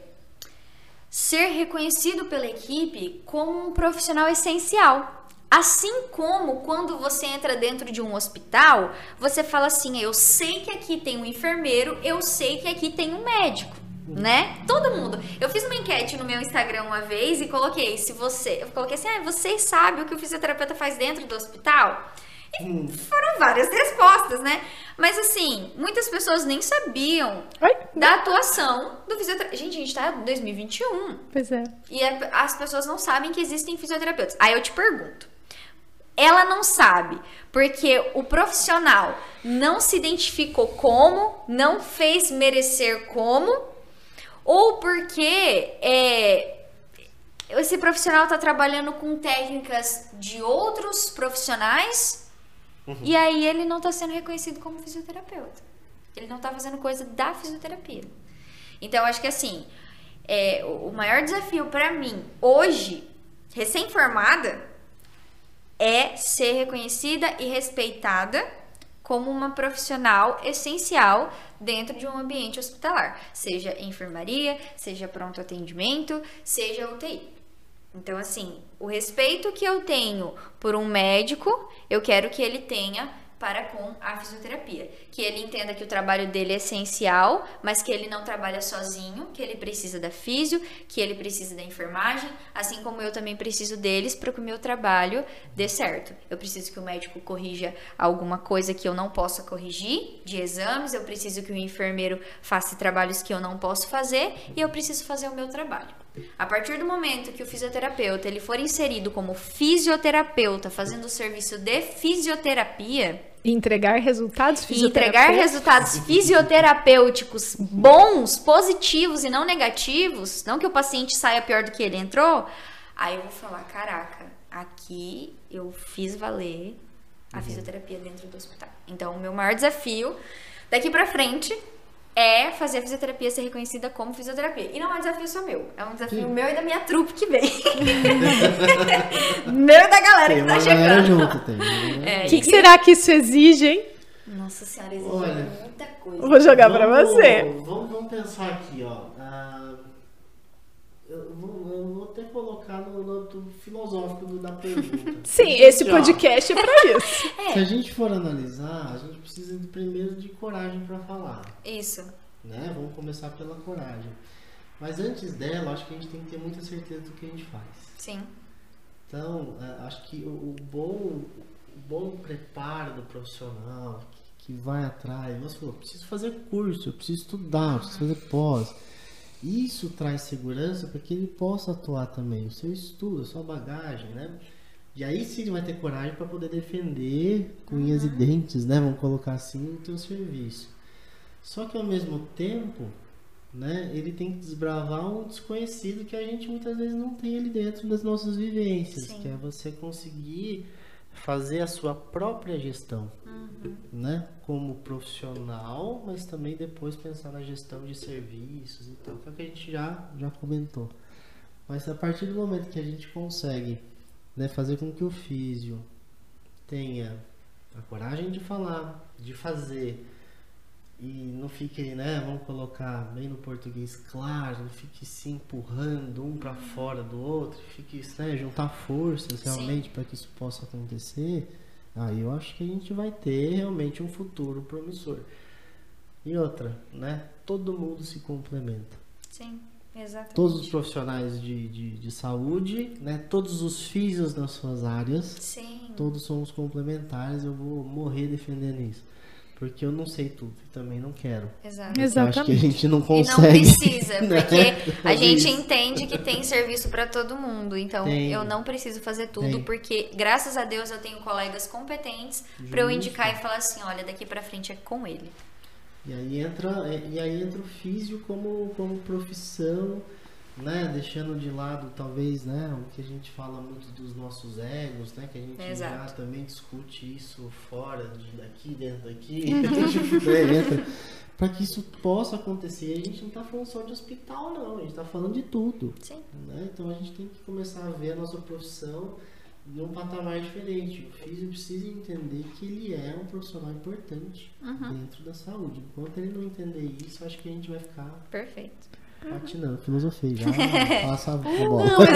ser reconhecido pela equipe como um profissional essencial. Assim como quando você entra dentro de um hospital, você fala assim, eu sei que aqui tem um enfermeiro, eu sei que aqui tem um médico, né? Todo mundo. Eu fiz uma enquete no meu Instagram uma vez e coloquei, se você, eu coloquei assim, ah, vocês sabem o que o fisioterapeuta faz dentro do hospital? E hum. foram várias respostas, né? Mas assim, muitas pessoas nem sabiam Oi? da atuação do fisioterapeuta. Gente, a gente tá em dois mil e vinte e um. Pois é. E as pessoas não sabem que existem fisioterapeutas. Aí eu te pergunto, ela não sabe porque o profissional não se identificou como, não fez merecer como, ou porque é, esse profissional está trabalhando com técnicas de outros profissionais uhum. e aí ele não está sendo reconhecido como fisioterapeuta. Ele não está fazendo coisa da fisioterapia. Então, eu acho que assim, é, o maior desafio para mim, hoje, recém-formada, é ser reconhecida e respeitada como uma profissional essencial dentro de um ambiente hospitalar, seja enfermaria, seja pronto atendimento, seja U T I. Então, assim, o respeito que eu tenho por um médico, eu quero que ele tenha para com a fisioterapia. Que ele entenda que o trabalho dele é essencial, mas que ele não trabalha sozinho, que ele precisa da fisio, que ele precisa da enfermagem, assim como eu também preciso deles para que o meu trabalho dê certo. Eu preciso que o médico corrija alguma coisa que eu não possa corrigir, de exames, eu preciso que o enfermeiro faça trabalhos que eu não posso fazer e eu preciso fazer o meu trabalho. A partir do momento que o fisioterapeuta ele for inserido como fisioterapeuta, fazendo o serviço de fisioterapia... E entregar resultados fisioterapêuticos. entregar resultados fisioterapêuticos bons, positivos e não negativos, não que o paciente saia pior do que ele entrou, aí eu vou falar, caraca, aqui eu fiz valer a fisioterapia dentro do hospital. Então, o meu maior desafio daqui pra frente... é fazer a fisioterapia ser reconhecida como fisioterapia. E não é um desafio só meu. É um desafio Sim. meu e da minha trupe que vem. meu e da galera tem que tá chegando. Junto, tem, né? O é, que, que será que isso exige, hein? Nossa senhora, exige Olha, muita coisa. Vou jogar vamos, pra você. Vamos, vamos pensar aqui, ó. Ah, eu, vou, eu vou até colocar no âmbito filosófico do, da pergunta. Sim, esse podcast ó, é pra isso. É. Se a gente for analisar, a gente precisa de, primeiro de coragem pra falar. Isso. Né? Vamos começar pela coragem. Mas antes dela, acho que a gente tem que ter muita certeza do que a gente faz. Sim. Então, acho que o, o, bom, o bom preparo do profissional que, que vai atrás, você falou, eu preciso fazer curso, eu preciso estudar, eu preciso fazer pós. Isso traz segurança para que ele possa atuar também. O seu estudo, a sua bagagem, né? E aí sim ele vai ter coragem para poder defender com unhas uhum. e dentes, né? Vamos colocar assim, o teu serviço. Só que ao mesmo tempo, né? Ele tem que desbravar um desconhecido que a gente muitas vezes não tem ali dentro das nossas vivências. Sim. Que é você conseguir fazer a sua própria gestão, uhum. né? Como profissional, mas também depois pensar na gestão de serviços e tal, que é o que a gente já, já comentou. Mas a partir do momento que a gente consegue, né, fazer com que o físio tenha a coragem de falar, de fazer, e não fique, né, vamos colocar bem no português claro, não fique se empurrando um para fora do outro, fique, né, juntar forças realmente para que isso possa acontecer, aí eu acho que a gente vai ter realmente um futuro promissor. E outra, né? Todo mundo se complementa. Sim, exatamente. Todos os profissionais de, de, de saúde, né? Todos os físios nas suas áreas, Sim. todos somos complementares. Eu vou morrer defendendo isso. Porque eu não sei tudo e também não quero. Exato. Eu acho que a gente não E consegue. não precisa, né? porque a gente Isso. entende que tem serviço para todo mundo. Então, Tem. eu não preciso fazer tudo, Tem. porque graças a Deus eu tenho colegas competentes para eu Justo. indicar e falar assim, olha, daqui para frente é com ele. E aí entra, e aí entra o físio como, como profissão, né? Deixando de lado, talvez, né? O que a gente fala muito dos nossos egos, né? Que a gente Exato. já também discute isso fora, de daqui, dentro daqui. né? Entra. Para que isso possa acontecer, a gente não está falando só de hospital, não. A gente está falando de tudo. Sim. Né? Então a gente tem que começar a ver a nossa profissão num patamar diferente. O físio precisa entender que ele é um profissional importante Uhum. dentro da saúde. Enquanto ele não entender isso, acho que a gente vai ficar Perfeito. patinando. Filosofia já passa a bola. Não, mas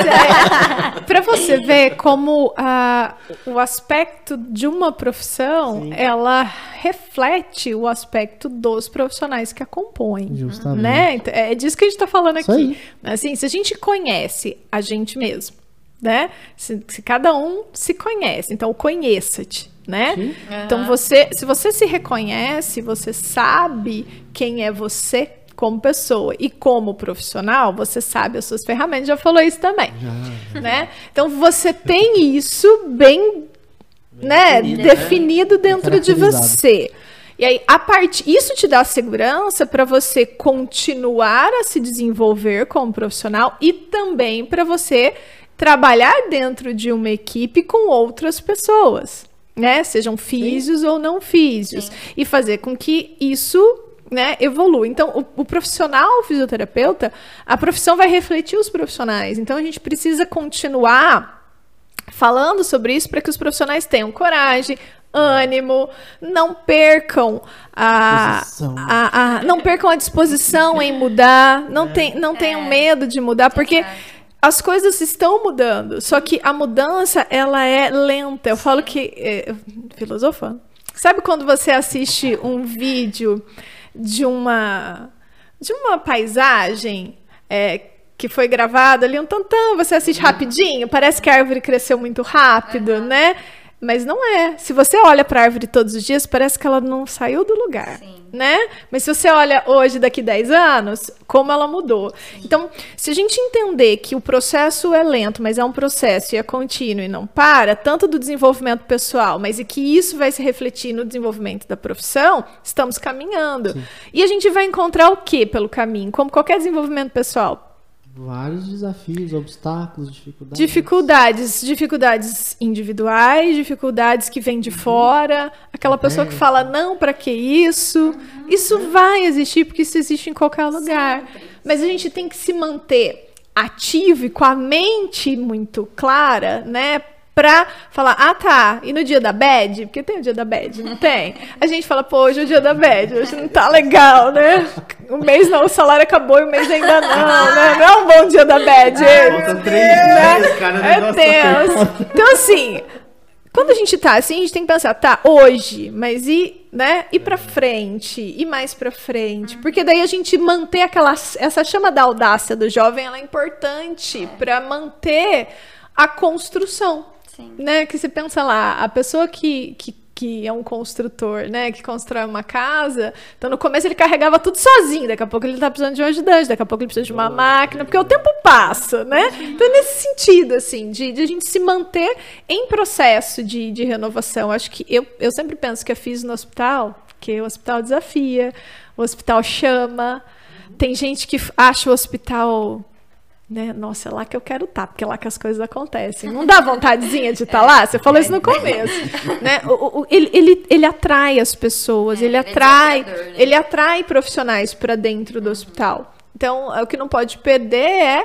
é, para você ver como a, o aspecto de uma profissão, Sim. ela reflete o aspecto dos profissionais que a compõem. Justamente. Né? Então, é disso que a gente está falando Isso aqui. aí. Assim, se a gente conhece a gente mesmo, né? Se, se cada um se conhece, então conheça-te, né? Sim. Então você, se você se reconhece, você sabe quem é você como pessoa e como profissional, você sabe as suas ferramentas. Já falou isso também, Já, né? Então você tem isso bem, né, definido, definido né? dentro de Caracterizado. você. E aí, a parte, isso te dá segurança para você continuar a se desenvolver como profissional e também para você trabalhar dentro de uma equipe com outras pessoas, né? Sejam físios ou não físios. Sim. E fazer com que isso, né, evolua. Então, o, o profissional o fisioterapeuta, a profissão vai refletir os profissionais. Então, a gente precisa continuar falando sobre isso para que os profissionais tenham coragem, ânimo, não percam a, Disposição. a, a- não percam a disposição em mudar, não, tem, não tenham É. medo de mudar, porque Exato. as coisas estão mudando, só que a mudança, ela é lenta. Eu falo que, é, filosofando, sabe quando você assiste um vídeo de uma, de uma paisagem é, que foi gravada ali um tantão, você assiste rapidinho, parece que a árvore cresceu muito rápido, né? Mas não é. Se você olha para a árvore todos os dias, parece que ela não saiu do lugar, Sim. né? Mas se você olha hoje, daqui dez anos, como ela mudou. Então, se a gente entender que o processo é lento, mas é um processo e é contínuo e não para, tanto do desenvolvimento pessoal, mas e que isso vai se refletir no desenvolvimento da profissão, estamos caminhando. Sim. E a gente vai encontrar o que pelo caminho? Como qualquer desenvolvimento pessoal? Vários desafios, obstáculos, dificuldades. Dificuldades, dificuldades individuais, dificuldades que vêm de fora, aquela pessoa que fala, não, para que isso? Isso vai existir, porque isso existe em qualquer lugar. Mas a gente tem que se manter ativo e com a mente muito clara, né? Pra falar, ah tá, e no dia da bad? Porque tem o dia da bad, não tem? A gente fala, pô, hoje é o dia da bad, hoje não tá legal, né? O mês não, o salário acabou e o mês ainda não, né? Não é um bom dia da bad. Faltam três dias, cara. o É negócio tá tenso. Então, assim, quando a gente tá assim, a gente tem que pensar, tá, hoje, mas e, né, e pra frente, e mais pra frente. Porque daí a gente manter aquela, essa chama da audácia do jovem, ela é importante pra manter a construção. Sim. Né, que você pensa lá, a pessoa que, que, que é um construtor, né, que constrói uma casa, então no começo ele carregava tudo sozinho, daqui a pouco ele tá precisando de um ajudante, daqui a pouco ele precisa de uma máquina, porque o tempo passa, né? Então nesse sentido, assim, de, de a gente se manter em processo de, de renovação. Acho que eu, eu sempre penso que eu fiz no hospital, que o hospital desafia, o hospital chama, tem gente que acha o hospital... Né? Nossa, é lá que eu quero estar, porque é lá que as coisas acontecem. Não dá vontadezinha de estar lá? Você falou isso no começo. Né? O, o, ele, ele, ele atrai as pessoas, É, ele ele é atrai, desafiador, né? ele atrai profissionais para dentro do hospital. Então, o que não pode perder é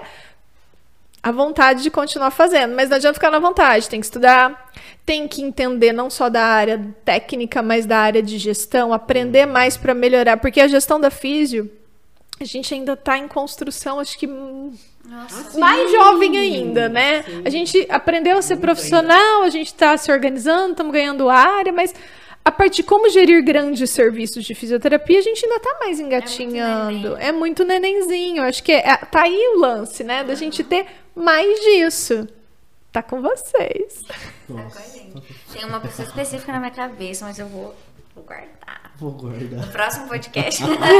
a vontade de continuar fazendo. Mas não adianta ficar na vontade, tem que estudar, tem que entender não só da área técnica, mas da área de gestão, aprender mais para melhorar, porque a gestão da físio, a gente ainda está em construção, acho que Nossa. Mais jovem ainda, né? Sim. A gente aprendeu a ser profissional, a gente está se organizando, estamos ganhando área, mas a parte de como gerir grandes serviços de fisioterapia, a gente ainda está mais engatinhando. É muito nenenzinho. Acho que é, tá aí o lance, né? Da gente ter mais disso. Tá com vocês. Nossa. Tá com a gente. Tem uma pessoa específica na minha cabeça, mas eu vou, vou guardar. Vou guardar. No próximo podcast.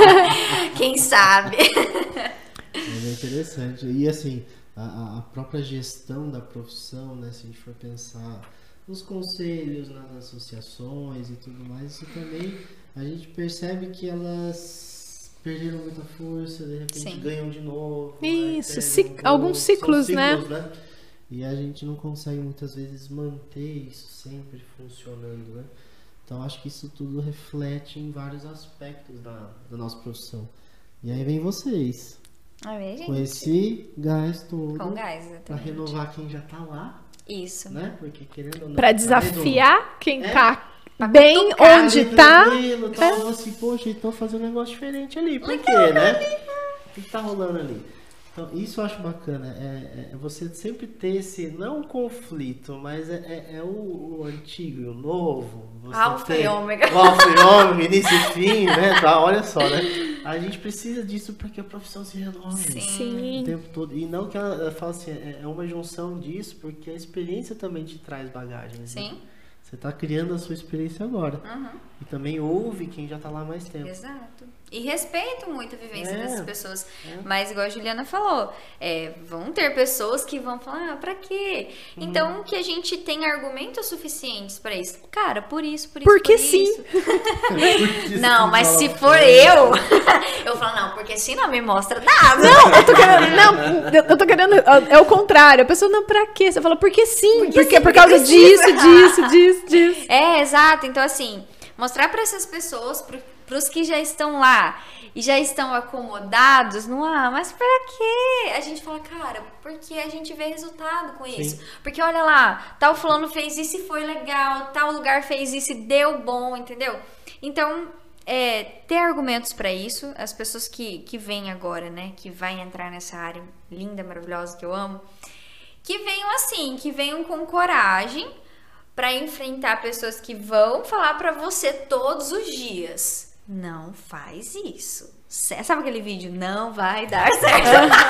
Quem sabe? Mas é interessante. E assim, a, a própria gestão da profissão, né? Se a gente for pensar nos conselhos, nas associações e tudo mais, isso também a gente percebe que elas perderam muita força, de repente Sim. ganham de novo. Isso, né? Cic- um alguns ciclos, ciclos né? né? E a gente não consegue muitas vezes manter isso sempre funcionando, né? Então acho que isso tudo reflete em vários aspectos da, da nossa profissão. E aí vem vocês. A ver, gente. Com esse gás todo. Com gás, exatamente. Pra renovar quem já tá lá. Isso. Né? Porque querendo ou não. Pra desafiar quem é, tá bem onde tá. Tranquilo, tá é. Assim, poxa, então fazer um negócio diferente ali. Por quê, né? O que tá rolando ali? Então, isso eu acho bacana. É, é você sempre ter esse, não um conflito, mas é, é, é o, o antigo e o novo. Você Alfa e ômega. O alfa e ômega, início e fim, né? Tá, olha só, né? A gente precisa disso porque a profissão se renova. Sim. O tempo todo. E não que ela, ela fala assim, é, é uma junção disso, porque a experiência também te traz bagagem. Sim. Né? Você tá criando a sua experiência agora. Uhum. E também ouve quem já tá lá há mais tempo. Exato. E respeito muito a vivência é, dessas pessoas. É. Mas, igual a Juliana falou, é, vão ter pessoas que vão falar, ah, pra quê? Uhum. Então, que a gente tem argumentos suficientes pra isso. Cara, por isso, por isso, porque por sim. isso. Não, mas se for eu, eu falo, não, porque assim não me mostra nada. Não, eu tô querendo, não, eu tô querendo, é o contrário. A pessoa, não, pra quê? Você fala, porque sim, porque, porque sim, por causa porque disso, disso, disso, disso. É, exato. Então, assim, mostrar pra essas pessoas, pro para os que já estão lá e já estão acomodados, não há, mas pra quê? A gente fala, cara, porque a gente vê resultado com isso. Sim. Porque olha lá, tal fulano fez isso e foi legal, tal lugar fez isso e deu bom, entendeu? Então, é, ter argumentos para isso, as pessoas que, que vêm agora, né, que vai entrar nessa área linda, maravilhosa que eu amo, que venham assim, que venham com coragem para enfrentar pessoas que vão falar para você todos os dias. Não faz isso. Sabe aquele vídeo? Não vai dar certo.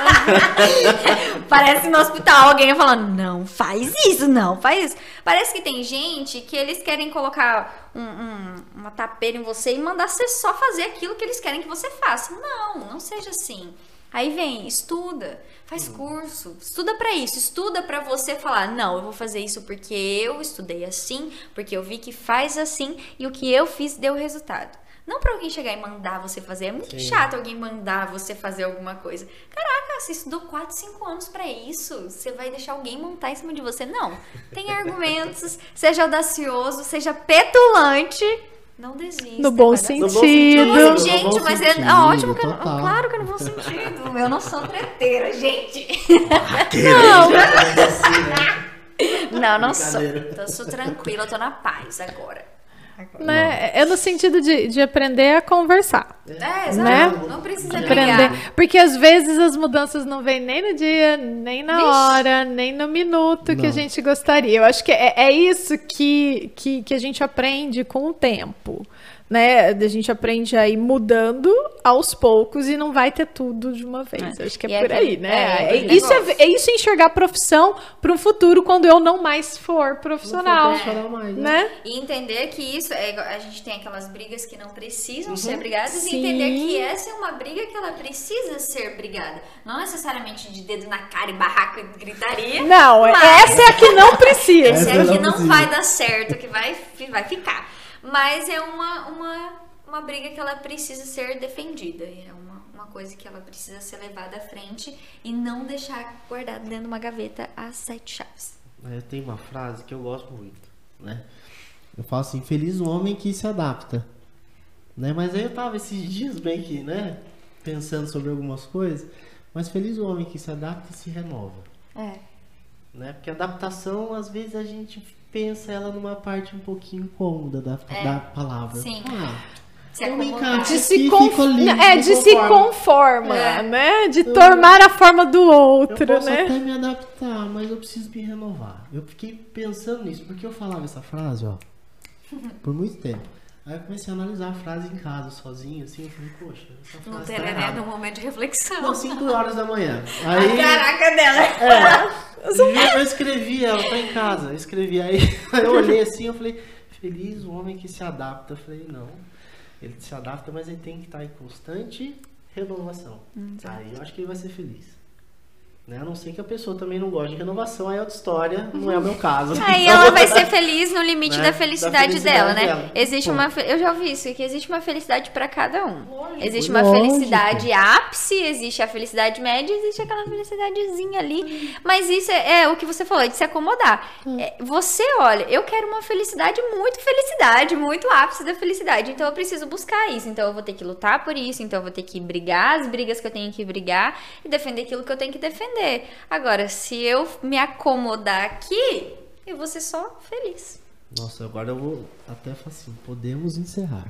Parece no hospital alguém falando, não faz isso, não faz isso. Parece que tem gente que eles querem colocar um, um, uma tapeira em você e mandar você só fazer aquilo que eles querem que você faça. Não, não seja assim. Aí vem, estuda, faz curso, estuda pra isso, estuda pra você falar, não, eu vou fazer isso porque eu estudei assim, porque eu vi que faz assim e o que eu fiz deu resultado. Não pra alguém chegar e mandar você fazer, é muito Sim. chato alguém mandar você fazer alguma coisa. Caraca, você estudou quatro, cinco anos pra isso, você vai deixar alguém montar em cima de você? Não, tem argumentos, seja audacioso, seja petulante. Não desista. No bom sentido. No bom sentido. Gente, no bom mas sentido, é ótimo que eu, total. claro que é no bom sentido. Eu não sou treteira, gente. Não, não, não sou. Eu sou tranquila, eu tô na paz agora. agora. Né? É no sentido de, de aprender a conversar. É, exato. Né? Não precisa aprender. brigar. Porque às vezes as mudanças não vêm nem no dia, nem na Vixe. hora, nem no minuto não. que a gente gostaria. Eu acho que é, é isso que, que, que a gente aprende com o tempo. Né? A gente aprende a ir mudando aos poucos e não vai ter tudo de uma vez. É. Acho que é e por é aí, né? É, é, isso é, é isso enxergar a profissão para um futuro quando eu não mais for profissional. Não for profissional mais, né? né? E entender que isso, é, a gente tem aquelas brigas que não precisam uhum. ser brigadas Sim. e entender que essa é uma briga que ela precisa ser brigada. Não necessariamente de dedo na cara e barraco e gritaria. Não, mas... essa é a que não precisa. Essa é a que não vai dar certo, que vai, vai ficar. Mas é uma, uma, uma briga que ela precisa ser defendida. É uma, uma coisa que ela precisa ser levada à frente e não deixar guardada dentro de uma gaveta às sete chaves. É, tem uma frase que eu gosto muito, né? Eu falo assim, feliz o homem que se adapta. Né? Mas aí eu tava esses dias bem que, né? Pensando sobre algumas coisas. Mas feliz o homem que se adapta e se renova. É. Né? Porque a adaptação, às vezes, a gente pensa ela numa parte um pouquinho cômoda da, é. da palavra. Sim. Ah, Se Eu me acomodar. encaixo. De se, E conf... fico ali, é, me de se conformo. conforma, É. né? De tomar a forma do Eu outro, posso né? até me adaptar, mas eu preciso me renovar. Eu fiquei pensando nisso, porque eu falava essa frase, ó, por muito tempo. Aí eu comecei a analisar a frase em casa, sozinho, assim, eu falei, poxa, essa Um frase tá tereré errada. num momento de reflexão. Não, cinco horas da manhã. Aí, Caraca dela. é, eu escrevi, ela tá em casa, eu escrevi. Aí, aí eu olhei assim, eu falei, feliz o homem que se adapta. Eu falei, não, ele se adapta, mas ele tem que estar em constante renovação. Aí eu acho que ele vai ser feliz. Né? A não ser que a pessoa também não goste de renovação, aí é outra história, não é o meu caso. Aí ela vai ser feliz no limite Né? da Da felicidade, felicidade dela, né? dela. Existe Pô. uma, fe- eu já ouvi isso, que existe uma felicidade pra cada um. Existe uma Lógico. felicidade ápice, existe a felicidade média, existe aquela felicidadezinha ali. Mas isso é, é o que você falou, é de se acomodar. É, você olha, eu quero uma felicidade muito felicidade, muito ápice da felicidade. Então eu preciso buscar isso. Então eu vou ter que lutar por isso. Então eu vou ter que brigar as brigas que eu tenho que brigar e defender aquilo que eu tenho que defender. Agora, se eu me acomodar aqui, eu vou ser só feliz. Nossa, agora eu vou até falar assim, podemos encerrar.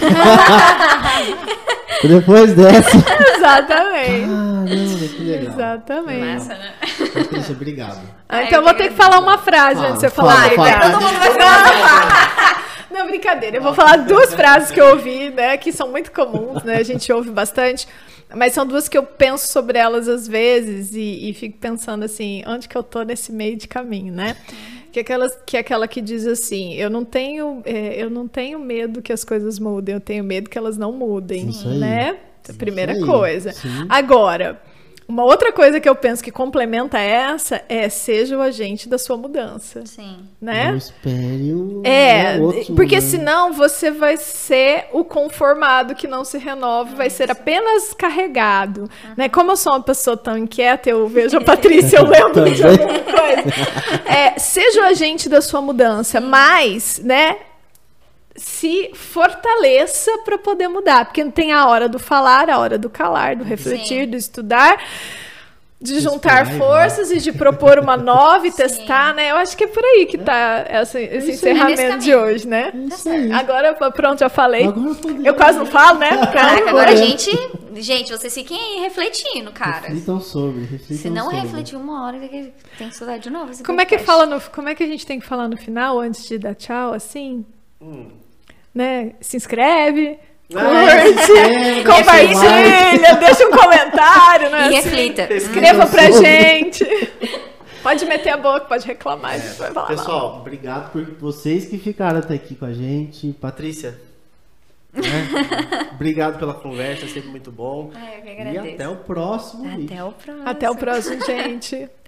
Depois dessa. Exatamente. Caramba, que legal. Exatamente. Massa, né? Patrícia, obrigado. Ah, Ai, então eu eu vou que ter que falar uma frase Fala, antes de você fala, falar. fala. obrigada. Todo mundo vai falar. Não, brincadeira. Eu vou falar duas frases que eu ouvi, né? Que são muito comuns, né? A gente ouve bastante. Mas são duas que eu penso sobre elas às vezes e, e fico pensando assim, onde que eu tô nesse meio de caminho, né? Que, aquelas, que é aquela que diz assim, eu não tenho, é, eu não tenho medo que as coisas mudem, eu tenho medo que elas não mudem, Isso aí. né? A primeira Isso aí, coisa. sim. Agora, uma outra coisa que eu penso que complementa essa é seja o agente da sua mudança, Sim. né? Não espere o É, o outro, porque né? senão você vai ser o conformado que não se renova, vai ser apenas carregado, né? Como eu sou uma pessoa tão inquieta, eu vejo a Patrícia, eu lembro de Também. alguma coisa. É, seja o agente da sua mudança, mas, né, se fortaleça para poder mudar, porque tem a hora do falar, a hora do calar, do refletir, Sim. do estudar, de juntar Inspirar, forças e de propor uma nova e Sim. testar, né? Eu acho que é por aí que tá essa, esse isso aí. É nesse encerramento de caminho. hoje, né? É isso aí. Agora, pronto, já falei. Agora podemos. Eu quase não falo, né? Caraca, agora a podemos. gente. Gente, vocês fiquem aí refletindo, cara. Reflitam sobre, reflitam Se não sobre. refletir uma hora, tem que tem que estudar de novo. esse Como é que podcast. fala no, como é que a gente tem que falar no final antes de dar tchau, assim? Hum. Né? Se inscreve, Ah, se inscreve, compartilha, deixa um comentário, né? E assim? reflita. Escreva pra Sobre. gente. Pode meter a boca, pode reclamar, a gente vai falar mal. Pessoal, obrigado por vocês que ficaram até aqui com a gente. Patrícia, né? Obrigado pela conversa, sempre muito bom. Ai, eu que E agradeço. até o próximo vídeo. Até o próximo. Até o próximo, gente.